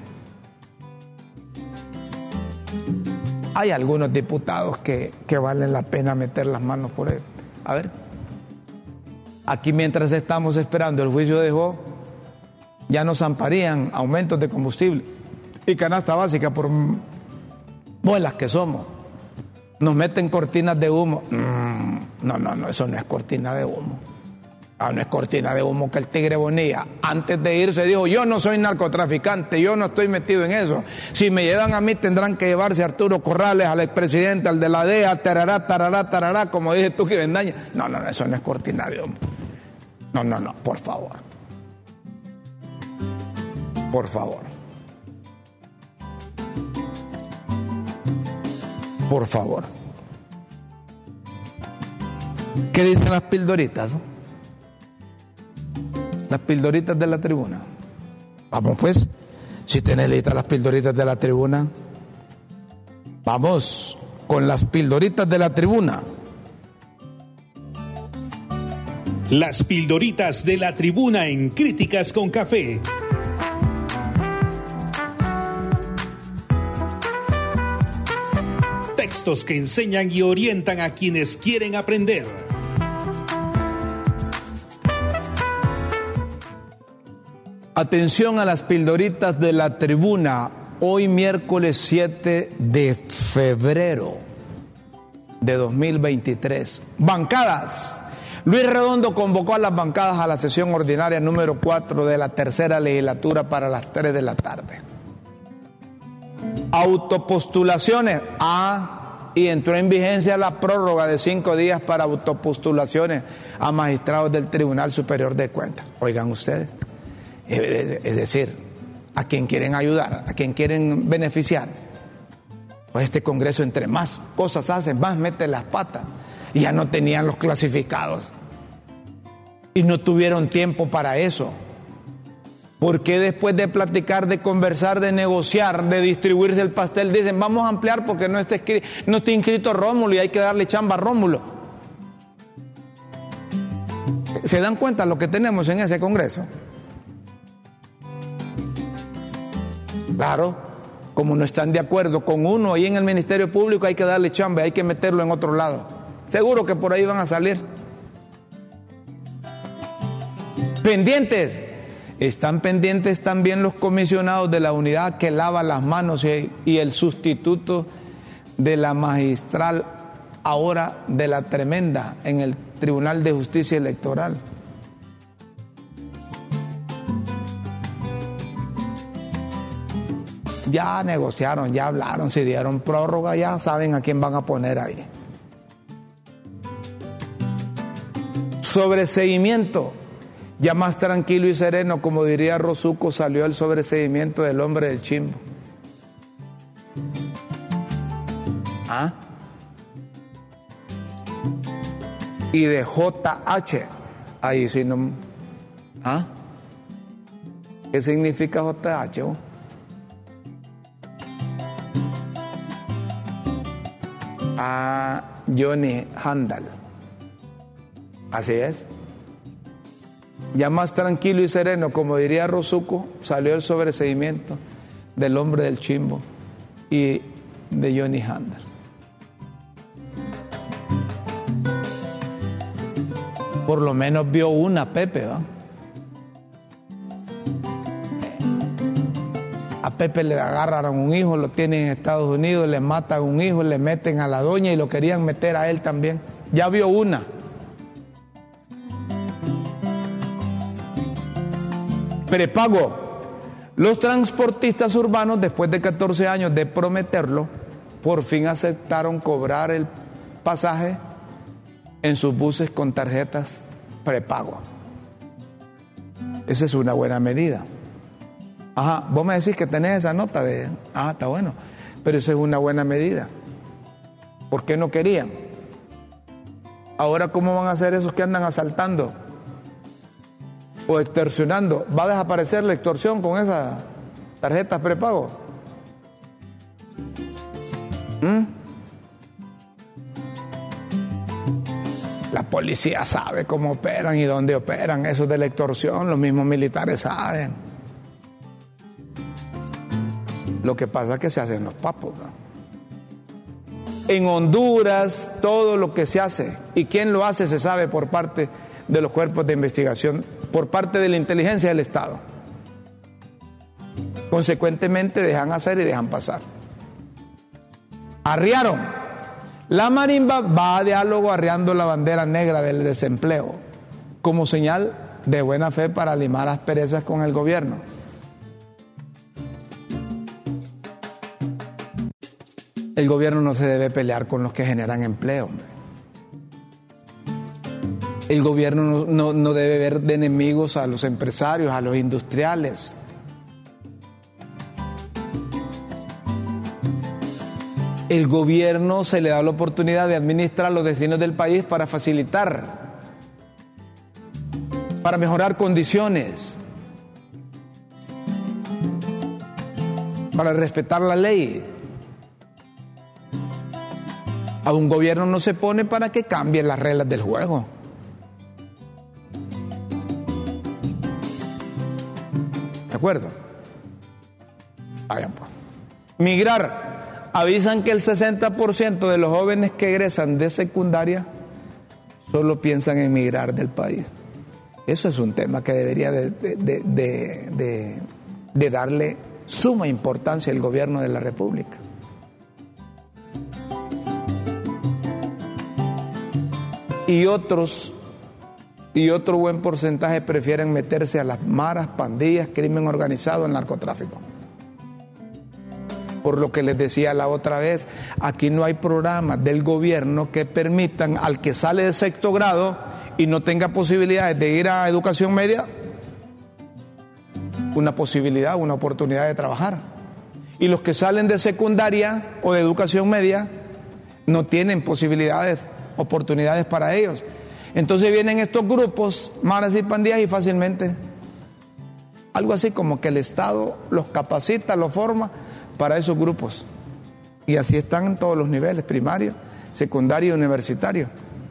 Hay algunos diputados que, que valen la pena meter las manos por él. A ver, aquí mientras estamos esperando el juicio de Jo, ya nos amparían aumentos de combustible y canasta básica por buenas que somos. Nos meten cortinas de humo. Mm, no, no, no, eso no es cortina de humo. Ah, no es cortina de humo que el Tigre Bonilla antes de irse dijo: yo no soy narcotraficante, yo no estoy metido en eso. Si me llevan a mí tendrán que llevarse a Arturo Corrales, al expresidente, al de la D E A, tarará, tarará, tarará, como dice tú que Bendaña. No, no, no, eso no es cortina de humo. No, no, no, por favor. Por favor. Por favor. ¿Qué dicen las pildoritas? ¿No? Las pildoritas de la tribuna. Vamos pues, si tenés listas las pildoritas de la tribuna, vamos con las pildoritas de la tribuna. Las pildoritas de la tribuna en Críticas con Café. Textos que enseñan y orientan a quienes quieren aprender. Atención a las pildoritas de la tribuna. Hoy miércoles siete de febrero de dos mil veintitrés. Bancadas. Luis Redondo convocó a las bancadas a la sesión ordinaria número cuatro de la tercera legislatura para las tres de la tarde. Autopostulaciones. Ah, y entró en vigencia la prórroga de cinco días para autopostulaciones a magistrados del Tribunal Superior de Cuentas. Oigan ustedes. Es decir, a quien quieren ayudar, a quien quieren beneficiar. Pues este Congreso, entre más cosas hace, más mete las patas. Y ya no tenían los clasificados. Y no tuvieron tiempo para eso. ¿Por qué después de platicar, de conversar, de negociar, de distribuirse el pastel, dicen vamos a ampliar porque no está, escrito, no está inscrito Rómulo y hay que darle chamba a Rómulo? ¿Se dan cuenta lo que tenemos en ese Congreso? Claro, Como no están de acuerdo con uno ahí en el Ministerio Público, hay que darle chamba, hay que meterlo en otro lado. Seguro que por ahí van a salir. Pendientes. Están pendientes también los comisionados de la unidad que lava las manos y, y el sustituto de la magistral ahora de la Tremenda en el Tribunal de Justicia Electoral. Ya negociaron, ya hablaron, se dieron prórroga, ya saben a quién van a poner ahí. Sobreseimiento. Ya más tranquilo y sereno, como diría Rosuco, salió el sobreseimiento del hombre del Chimbo. ¿Ah? Y de J H. Ahí sí no. ¿Ah? ¿Qué significa J H? Oh? A Johnny Handel. Así es. Ya más tranquilo y sereno, como diría Rosuco, salió el sobreseimiento del hombre del Chimbo y de Johnny Handel. Por lo menos vio una, Pepe, ¿va? A Pepe le agarraron un hijo, lo tienen en Estados Unidos, le matan un hijo, le meten a la doña y lo querían meter a él también. Ya vio una. Prepago. Los transportistas urbanos, después de catorce años de prometerlo, por fin aceptaron cobrar el pasaje en sus buses con tarjetas prepago. Esa es una buena medida. Ajá, vos me decís que tenés esa nota de... Ah, está bueno. Pero esa es una buena medida. ¿Por qué no querían? Ahora, ¿cómo van a hacer esos que andan asaltando o extorsionando? ¿Va a desaparecer la extorsión con esas tarjetas prepago? ¿Mm? La policía sabe cómo operan y dónde operan. Eso de la extorsión, los mismos militares saben. Lo que pasa es que se hacen los papos, ¿no? En Honduras, todo lo que se hace, y quién lo hace se sabe por parte de los cuerpos de investigación, por parte de la inteligencia del Estado. Consecuentemente dejan hacer y dejan pasar. Arriaron. La marimba va a diálogo arriando la bandera negra del desempleo como señal de buena fe para limar asperezas con el gobierno. El gobierno no se debe pelear con los que generan empleo, hombre. El gobierno no, no, no debe ver de enemigos a los empresarios, a los industriales. El gobierno se le da la oportunidad de administrar los destinos del país para facilitar, para mejorar condiciones, para respetar la ley. A un gobierno no se pone para que cambien las reglas del juego. ¿De acuerdo? Vayan pues. Migrar. Avisan que el sesenta por ciento de los jóvenes que egresan de secundaria solo piensan en migrar del país. Eso es un tema que debería de, de, de, de, de, de darle suma importancia al gobierno de la República. Y otros, y otro buen porcentaje prefieren meterse a las maras, pandillas, crimen organizado, el narcotráfico. Por lo que les decía la otra vez, aquí no hay programas del gobierno que permitan al que sale de sexto grado y no tenga posibilidades de ir a educación media, una posibilidad, una oportunidad de trabajar. Y los que salen de secundaria o de educación media no tienen posibilidades, oportunidades para ellos. Entonces vienen estos grupos, maras y pandillas, y fácilmente, algo así como que el Estado los capacita, los forma para esos grupos. Y así están en todos los niveles, primario, secundario y universitario.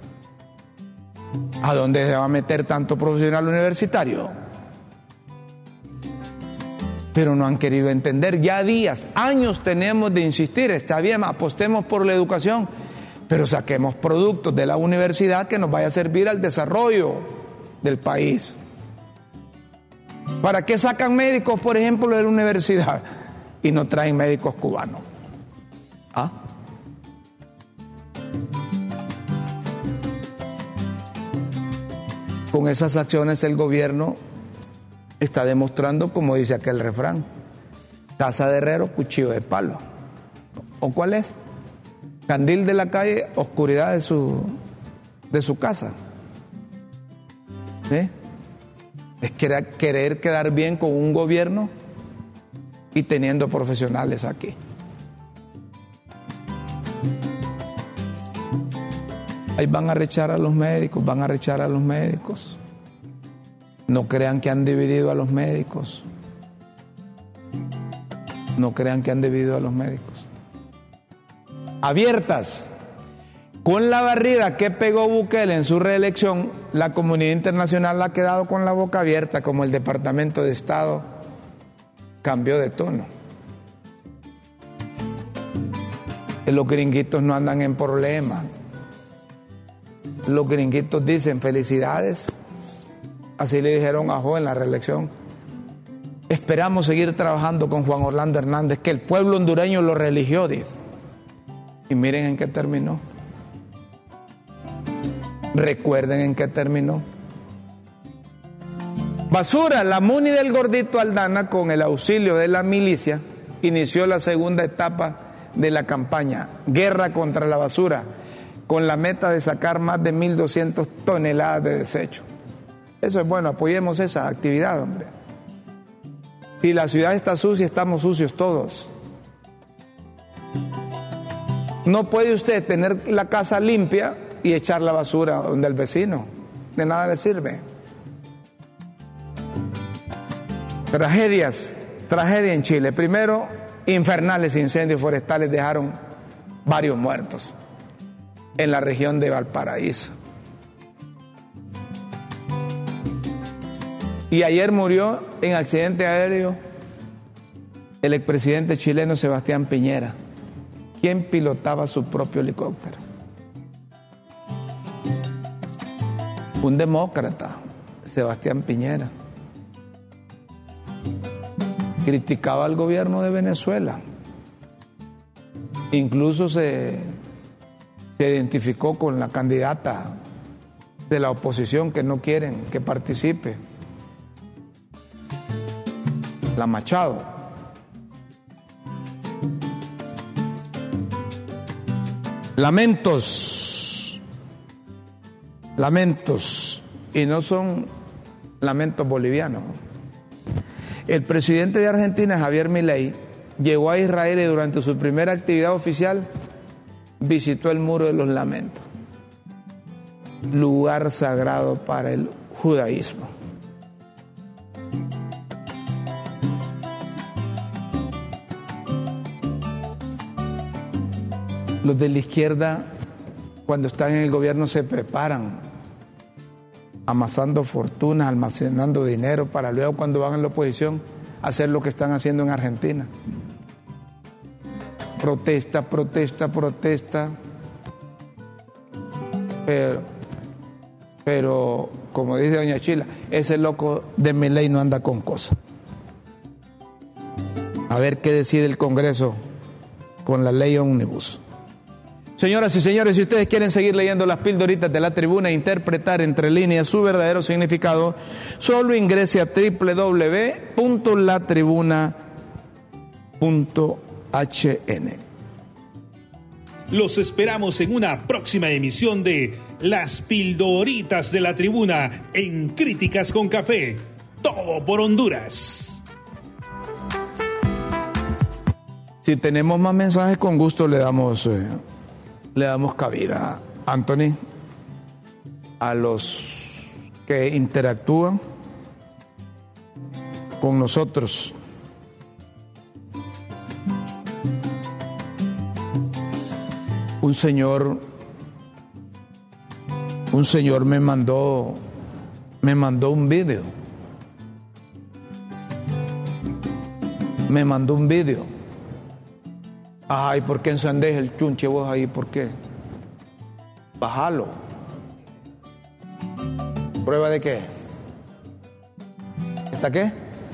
¿A dónde se va a meter tanto profesional universitario? pero no han querido entender. Ya días, años tenemos de insistir, está bien, apostemos por la educación, pero saquemos productos de la universidad que nos vaya a servir al desarrollo del país. ¿Para qué sacan médicos, por ejemplo, de la universidad y no traen médicos cubanos? ¿Ah? Con esas acciones el gobierno está demostrando, como dice aquel refrán, casa de herrero, cuchillo de palo. ¿O cuál es? Candil de la calle, oscuridad de su, de su casa. ¿Sí? Es querer, querer quedar bien con un gobierno y teniendo profesionales aquí. Ahí van a rechazar a los médicos, van a rechazar a los médicos. No crean que han dividido a los médicos. No crean que han dividido a los médicos. Abiertas. Con la barrida que pegó Bukele en su reelección, la comunidad internacional ha quedado con la boca abierta, como el Departamento de Estado cambió de tono. Los gringuitos no andan en problemas. Los gringuitos dicen felicidades. Así le dijeron a Jo en la reelección. Esperamos seguir trabajando con Juan Orlando Hernández, que el pueblo hondureño lo religió, dice. Y miren en qué terminó. Recuerden en qué terminó. Basura, la MUNI del gordito Aldana, con el auxilio de la milicia, inició la segunda etapa de la campaña Guerra contra la Basura, con la meta de sacar más de mil doscientas toneladas de desecho. Eso es bueno, apoyemos esa actividad, hombre. Si la ciudad está sucia, estamos sucios todos. No puede usted tener la casa limpia y echar la basura donde el vecino. De nada le sirve. Tragedias, tragedia en Chile. Primero, infernales incendios forestales dejaron varios muertos en la región de Valparaíso. Y ayer murió en accidente aéreo el expresidente chileno Sebastián Piñera, quien pilotaba su propio helicóptero. Un demócrata, Sebastián Piñera, criticaba al gobierno de Venezuela. Incluso se, se identificó con la candidata de la oposición que no quieren que participe, la Machado. Lamentos, lamentos, y no son lamentos bolivianos. El presidente de Argentina, Javier Milei, llegó a Israel y durante su primera actividad oficial visitó el Muro de los Lamentos, lugar sagrado para el judaísmo. Los de la izquierda, cuando están en el gobierno, se preparan, amasando fortunas, almacenando dinero, para luego, cuando van en la oposición, hacer lo que están haciendo en Argentina. Protesta, protesta, protesta. Pero, pero como dice doña Chila, ese loco de Milei no anda con cosas. A ver qué decide el Congreso con la ley ómnibus. Señoras y señores, si ustedes quieren seguir leyendo las pildoritas de la tribuna e interpretar entre líneas su verdadero significado, solo ingrese a doble u doble u doble u punto la tribuna punto h n. Los esperamos en una próxima emisión de Las Pildoritas de la Tribuna en Críticas con Café. Todo por Honduras. Si tenemos más mensajes, con gusto le damos... Eh, Le damos cabida, Anthony, a los que interactúan con nosotros. Un señor, un señor me mandó, me mandó un video me mandó un vídeo. Ay, ¿por qué encendés el chunche vos ahí? ¿Por qué? Bájalo. ¿Prueba de qué? ¿Está qué?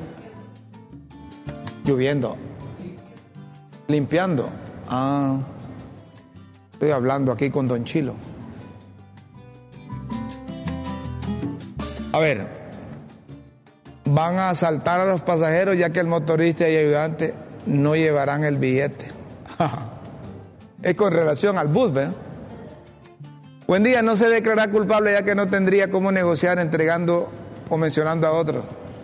Lloviendo. Limpiando. Ah, estoy hablando aquí con Don Chilo. A ver, van a asaltar a los pasajeros ya que el motorista y ayudante no llevarán el billete. Es con relación al bus, ¿verdad? Buen día, no se declarará culpable ya que no tendría cómo negociar entregando o mencionando a otros.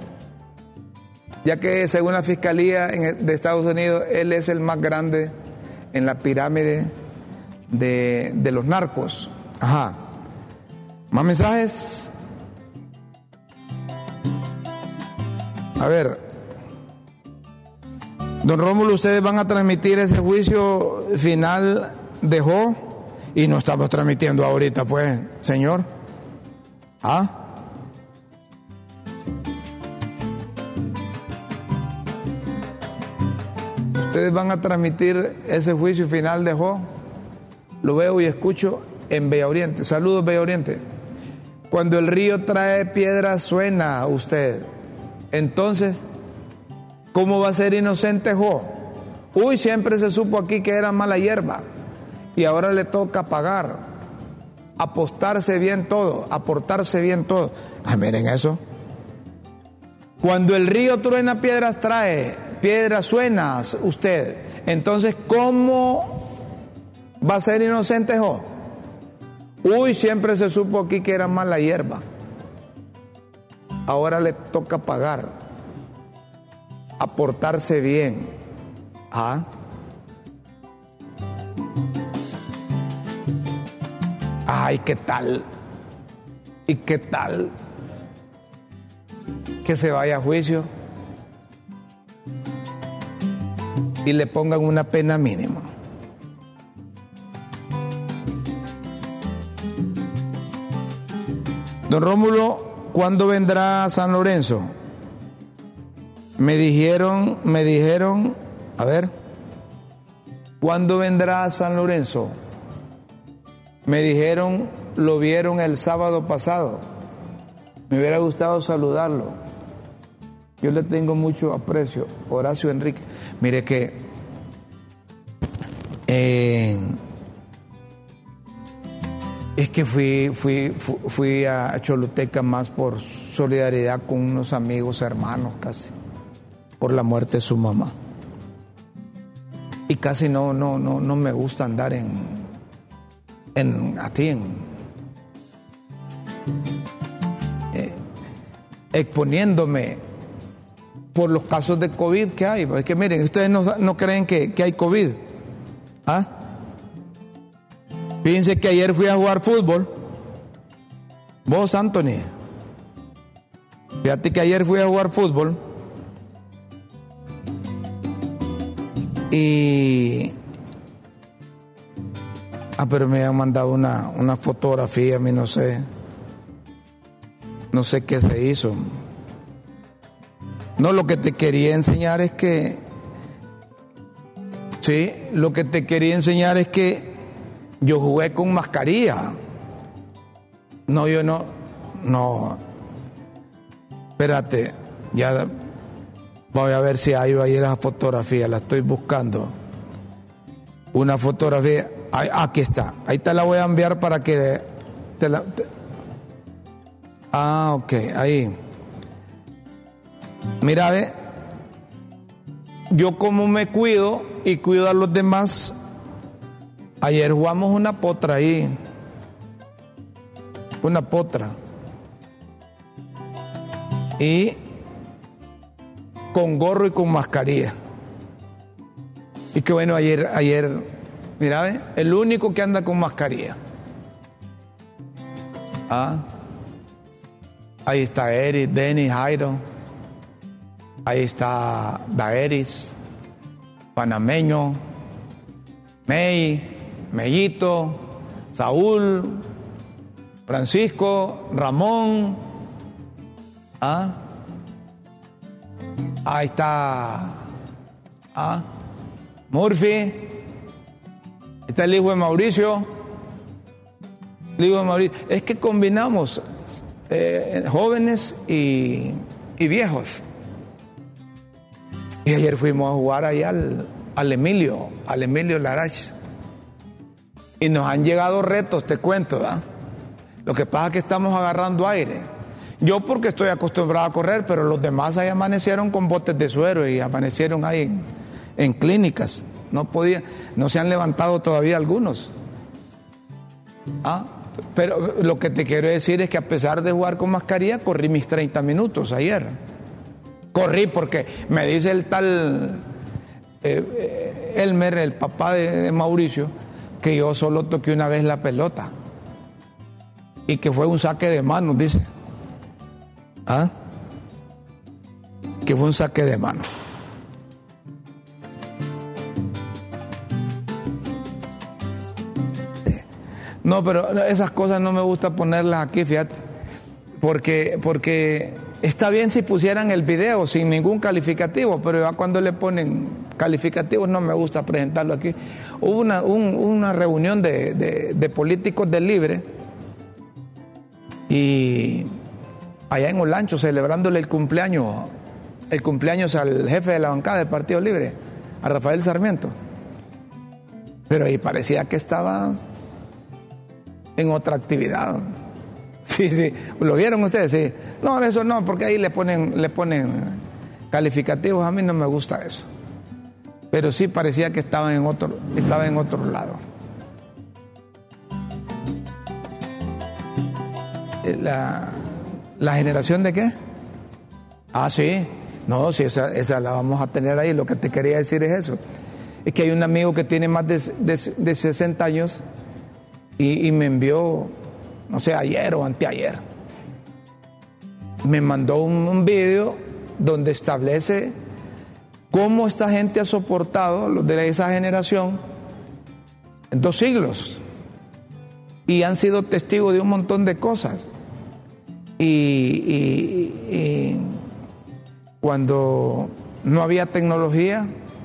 Ya que según la Fiscalía de Estados Unidos, él es el más grande en la pirámide de, de los narcos. Ajá. ¿Más mensajes? A ver. Don Rómulo, ustedes van a transmitir ese juicio final de Jo y no estamos transmitiendo ahorita, pues, señor. ¿Ah? Ustedes van a transmitir ese juicio final de Jo. Lo veo y escucho en Bella Oriente. Saludos, Bella Oriente. Cuando el río trae piedras suena usted. Entonces, ¿cómo va a ser inocente Jo? Uy, siempre se supo aquí que era mala hierba y ahora le toca pagar, apostarse bien todo, aportarse bien todo. Ay, miren eso. Cuando el río truena piedras trae, piedras suena usted. Entonces, ¿cómo va a ser inocente Jo? Uy, siempre se supo aquí que era mala hierba. Ahora le toca pagar, aportarse bien. ¿Ah? Ay, ¿qué tal? ¿Y qué tal? Que se vaya a juicio y le pongan una pena mínima. Don Rómulo, ¿cuándo vendrá a San Lorenzo? Me dijeron, me dijeron, a ver, ¿cuándo vendrá a San Lorenzo? Me dijeron, lo vieron el sábado pasado. Me hubiera gustado saludarlo. Yo le tengo mucho aprecio. Horacio Enrique. Mire que eh, es que fui, fui, fui, fui a Choluteca más por solidaridad con unos amigos, hermanos casi, por la muerte de su mamá. Y casi no, no, no, no me gusta andar en, en así en eh, exponiéndome por los casos de COVID que hay. Es que miren, ustedes no, no creen que, que hay COVID. ¿Ah? Fíjense que ayer fui a jugar fútbol. Vos, Anthony. Fíjate que ayer fui a jugar fútbol. Y... Ah, pero me han mandado una, una fotografía, a mí no sé. No sé qué se hizo. No, lo que te quería enseñar es que... Sí, lo que te quería enseñar es que yo jugué con mascarilla. No, yo no... No. Espérate, ya... Voy a ver si hay ahí la fotografía, la estoy buscando. Una fotografía, ahí, aquí está, ahí te la voy a enviar para que te la... Te... Ah, ok, ahí. Mira, ve, yo como me cuido y cuido a los demás, ayer jugamos una potra ahí, una potra. Y... con gorro y con mascarilla. Y que bueno, ayer, ayer, mira, ¿ve? El único que anda con mascarilla. Ah, ahí está Eric, Denis, Jairo. Ahí está Daeris, panameño, May, Mellito, Saúl, Francisco, Ramón. Ah, ahí está Ah, Murphy. Está el hijo de Mauricio. El hijo de Mauricio. Es que combinamos eh, jóvenes y, y viejos. Y ayer fuimos a jugar allá al, al Emilio, al Emilio Larach. Y nos han llegado retos, te cuento, ¿verdad? Lo que pasa es que estamos agarrando aire. Yo porque estoy acostumbrado a correr, pero los demás ahí amanecieron con botes de suero y amanecieron ahí en, en clínicas. No podían, no se han levantado todavía algunos. Ah, pero lo que te quiero decir es que a pesar de jugar con mascarilla, corrí mis treinta minutos ayer. Corrí porque me dice el tal eh, Elmer, el papá de, de Mauricio, que yo solo toqué una vez la pelota y que fue un saque de manos, dice. ¿Ah? Que fue un saque de manos. No, pero esas cosas no me gusta ponerlas aquí, fíjate, porque, porque está bien si pusieran el video sin ningún calificativo, pero ya cuando le ponen calificativos no me gusta presentarlo aquí. Hubo una, un, una reunión de, de, de políticos del Libre y allá en Olancho celebrándole el cumpleaños, el cumpleaños al jefe de la bancada del Partido Libre, a Rafael Sarmiento. Pero ahí parecía que estaba en otra actividad. Sí, sí, ¿lo vieron ustedes? Sí. No, eso no, porque ahí le ponen, le ponen calificativos, a mí no me gusta eso. Pero sí parecía que estaba en otro, estaba en otro lado. La, ¿La generación de qué? Ah, sí. No, sí, esa, esa la vamos a tener ahí. Lo que te quería decir es eso. Es que hay un amigo que tiene más de, de, de sesenta años y, y me envió, no sé, ayer o anteayer, me mandó un, un video donde establece cómo esta gente ha soportado, los de esa generación, en dos siglos. Y han sido testigos de un montón de cosas. Y, y, y cuando no había tecnología,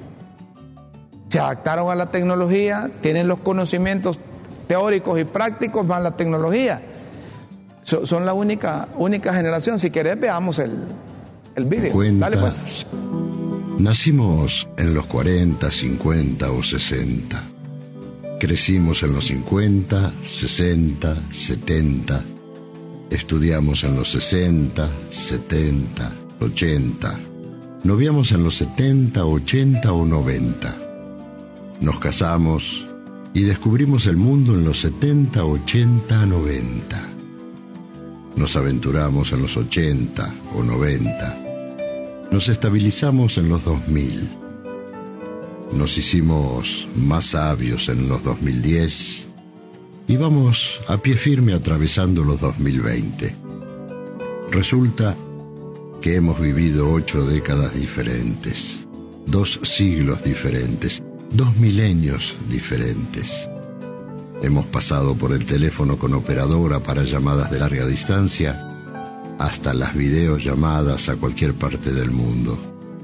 se adaptaron a la tecnología, tienen los conocimientos teóricos y prácticos más la tecnología. So, son la única, única generación. Si querés, veamos el, el video. Cuenta, dale pues. Nacimos en los cuarenta, cincuenta o sesenta. Crecimos en los cincuenta, sesenta, setenta. Estudiamos en los sesenta, setenta, ochenta. Noviamos en los setenta, ochenta o noventa. Nos casamos y descubrimos el mundo en los setenta, ochenta, noventa. Nos aventuramos en los ochenta o noventa. Nos estabilizamos en los dos mil. Nos hicimos más sabios en los dos mil diez y vamos a pie firme atravesando los dos mil veinte. Resulta que hemos vivido ocho décadas diferentes, dos siglos diferentes, dos milenios diferentes. Hemos pasado por el teléfono con operadora para llamadas de larga distancia hasta las videollamadas a cualquier parte del mundo.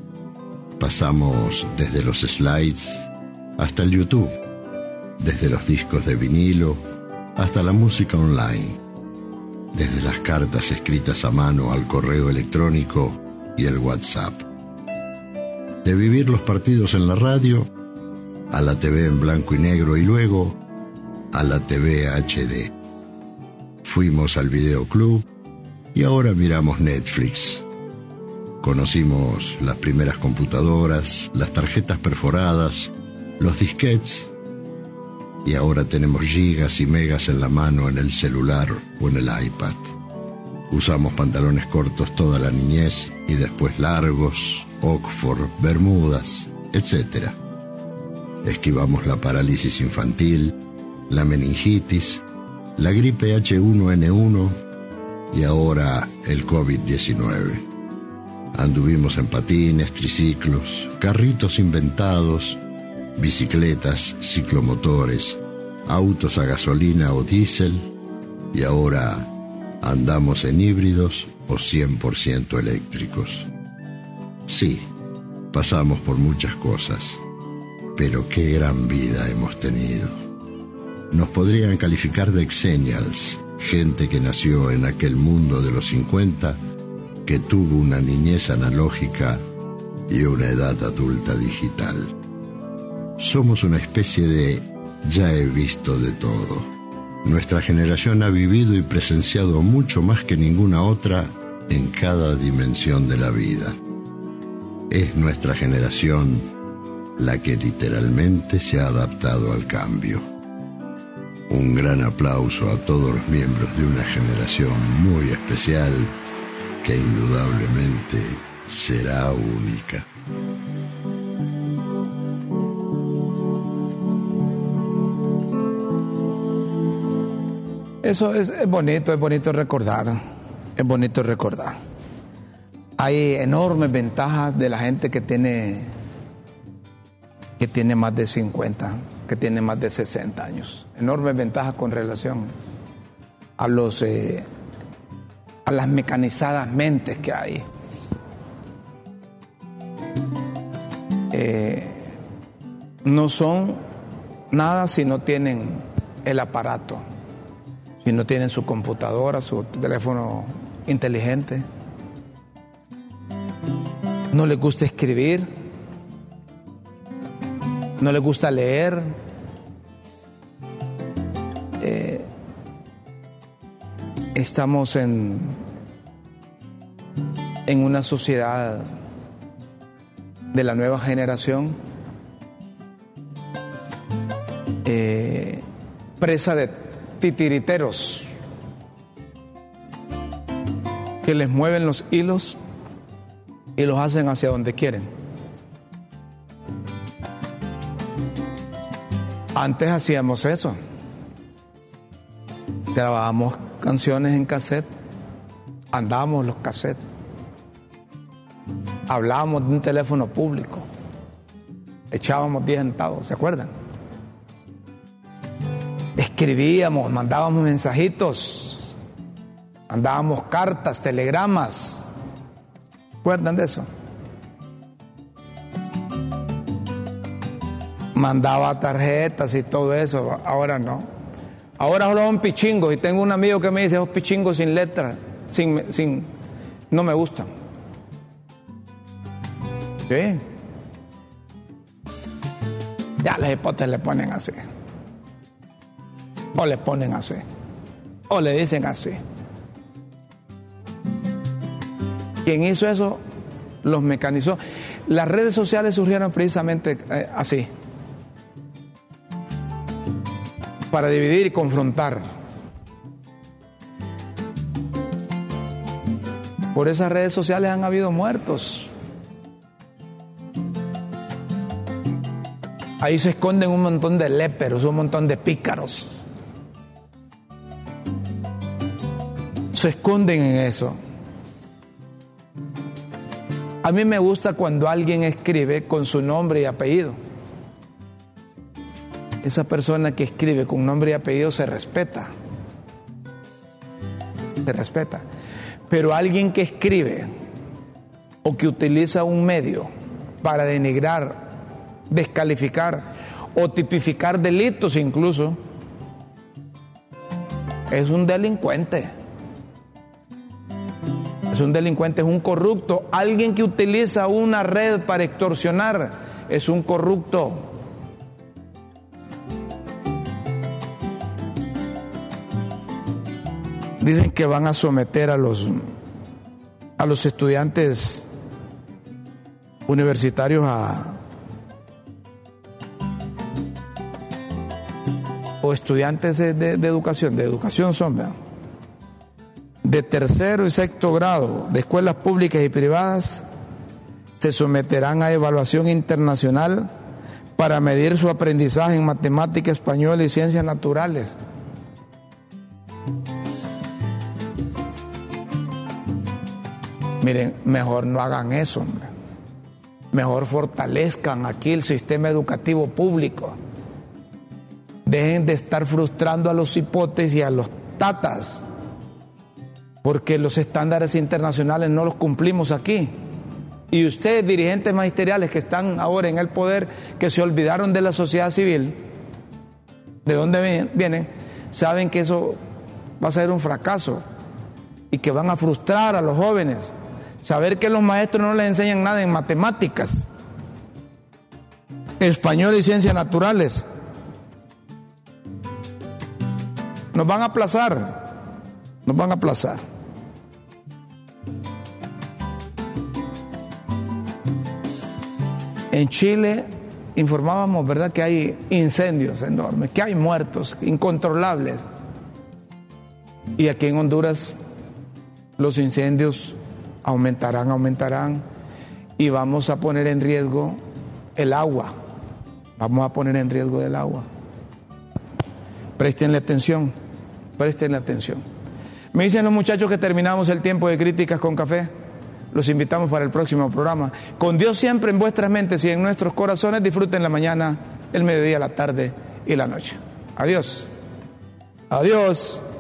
Pasamos desde los slides hasta el YouTube, desde los discos de vinilo hasta la música online, desde las cartas escritas a mano al correo electrónico y el WhatsApp. De vivir los partidos en la radio a la T V en blanco y negro y luego a la T V H D. Fuimos al videoclub y ahora miramos Netflix. Conocimos las primeras computadoras, las tarjetas perforadas, los disquetes y ahora tenemos gigas y megas en la mano en el celular o en el iPad. Usamos pantalones cortos toda la niñez y después largos, Oxford, bermudas, etcétera. Esquivamos la parálisis infantil, la meningitis, la gripe H uno N uno y ahora el COVID diecinueve. Anduvimos en patines, triciclos, carritos inventados, bicicletas, ciclomotores, autos a gasolina o diésel y ahora andamos en híbridos o cien por ciento eléctricos. Sí, Pasamos por muchas cosas, pero qué gran vida hemos tenido. Nos podrían calificar de Xennials, gente que nació en aquel mundo de los cincuenta, que tuvo una niñez analógica y una edad adulta digital. Somos una especie de ya he visto de todo. Nuestra generación ha vivido y presenciado mucho más que ninguna otra en cada dimensión de la vida. Es nuestra generación la que literalmente se ha adaptado al cambio. Un gran aplauso a todos los miembros de una generación muy especial que indudablemente será única. Eso es, es bonito, es bonito recordar, es bonito recordar. Hay enormes ventajas de la gente que tiene, que tiene más de cincuenta, que tiene más de sesenta años. Enormes ventajas con relación a los eh, a las mecanizadas mentes que hay. Eh, no son nada si no tienen el aparato, si no tienen su computadora, su teléfono inteligente. No les gusta escribir, no les gusta leer. Eh, estamos en, en una sociedad de la nueva generación eh, presa de titiriteros que les mueven los hilos y los hacen hacia donde quieren. Antes hacíamos eso. Grabábamos canciones en cassette, andábamos los cassettes, hablábamos de un teléfono público, echábamos diez centavos, ¿se acuerdan? Escribíamos, mandábamos mensajitos, mandábamos cartas, telegramas. ¿Se acuerdan de eso? Mandaba tarjetas y todo eso. Ahora no. Ahora solo son pichingos. Y tengo un amigo que me dice, esos pichingos sin letra, sin, sin, no me gustan. Sí. Ya las hipotes le ponen así. O le ponen así. O le dicen así. Quien hizo eso los mecanizó. Las redes sociales surgieron precisamente eh, así, para dividir y confrontar. Por esas redes sociales han habido muertos. Ahí se esconden un montón de léperos, un montón de pícaros. Se esconden en eso. A mí me gusta cuando alguien escribe con su nombre y apellido. Esa persona que escribe con nombre y apellido se respeta. Se respeta. Pero alguien que escribe o que utiliza un medio para denigrar, descalificar o tipificar delitos incluso, es un delincuente. Es un delincuente, es un corrupto. Alguien que utiliza una red para extorsionar es un corrupto. Dicen que van a someter a los, a los estudiantes universitarios a o estudiantes de, de, de educación, de educación son, ¿verdad? De tercero y sexto grado de escuelas públicas y privadas se someterán a evaluación internacional para medir su aprendizaje en matemática, español y ciencias naturales. Miren, mejor no hagan eso, hombre. Mejor fortalezcan aquí el sistema educativo público. Dejen de estar frustrando a los hipotes y a los tatas, porque los estándares internacionales no los cumplimos aquí. Y ustedes, dirigentes magisteriales que están ahora en el poder, que se olvidaron de la sociedad civil, de dónde vienen, saben que eso va a ser un fracaso y que van a frustrar a los jóvenes. Saber que los maestros no les enseñan nada en matemáticas, español y ciencias naturales. Nos van a aplazar, nos van a aplazar. En Chile informábamos, ¿verdad?, que hay incendios enormes, que hay muertos incontrolables. Y aquí en Honduras los incendios aumentarán, aumentarán y vamos a poner en riesgo el agua. Vamos a poner en riesgo el agua. Préstenle atención, préstenle atención. Me dicen los muchachos que terminamos el tiempo de Críticas con Café. Los invitamos para el próximo programa. Con Dios siempre en vuestras mentes y en nuestros corazones. Disfruten la mañana, el mediodía, la tarde y la noche. Adiós. Adiós.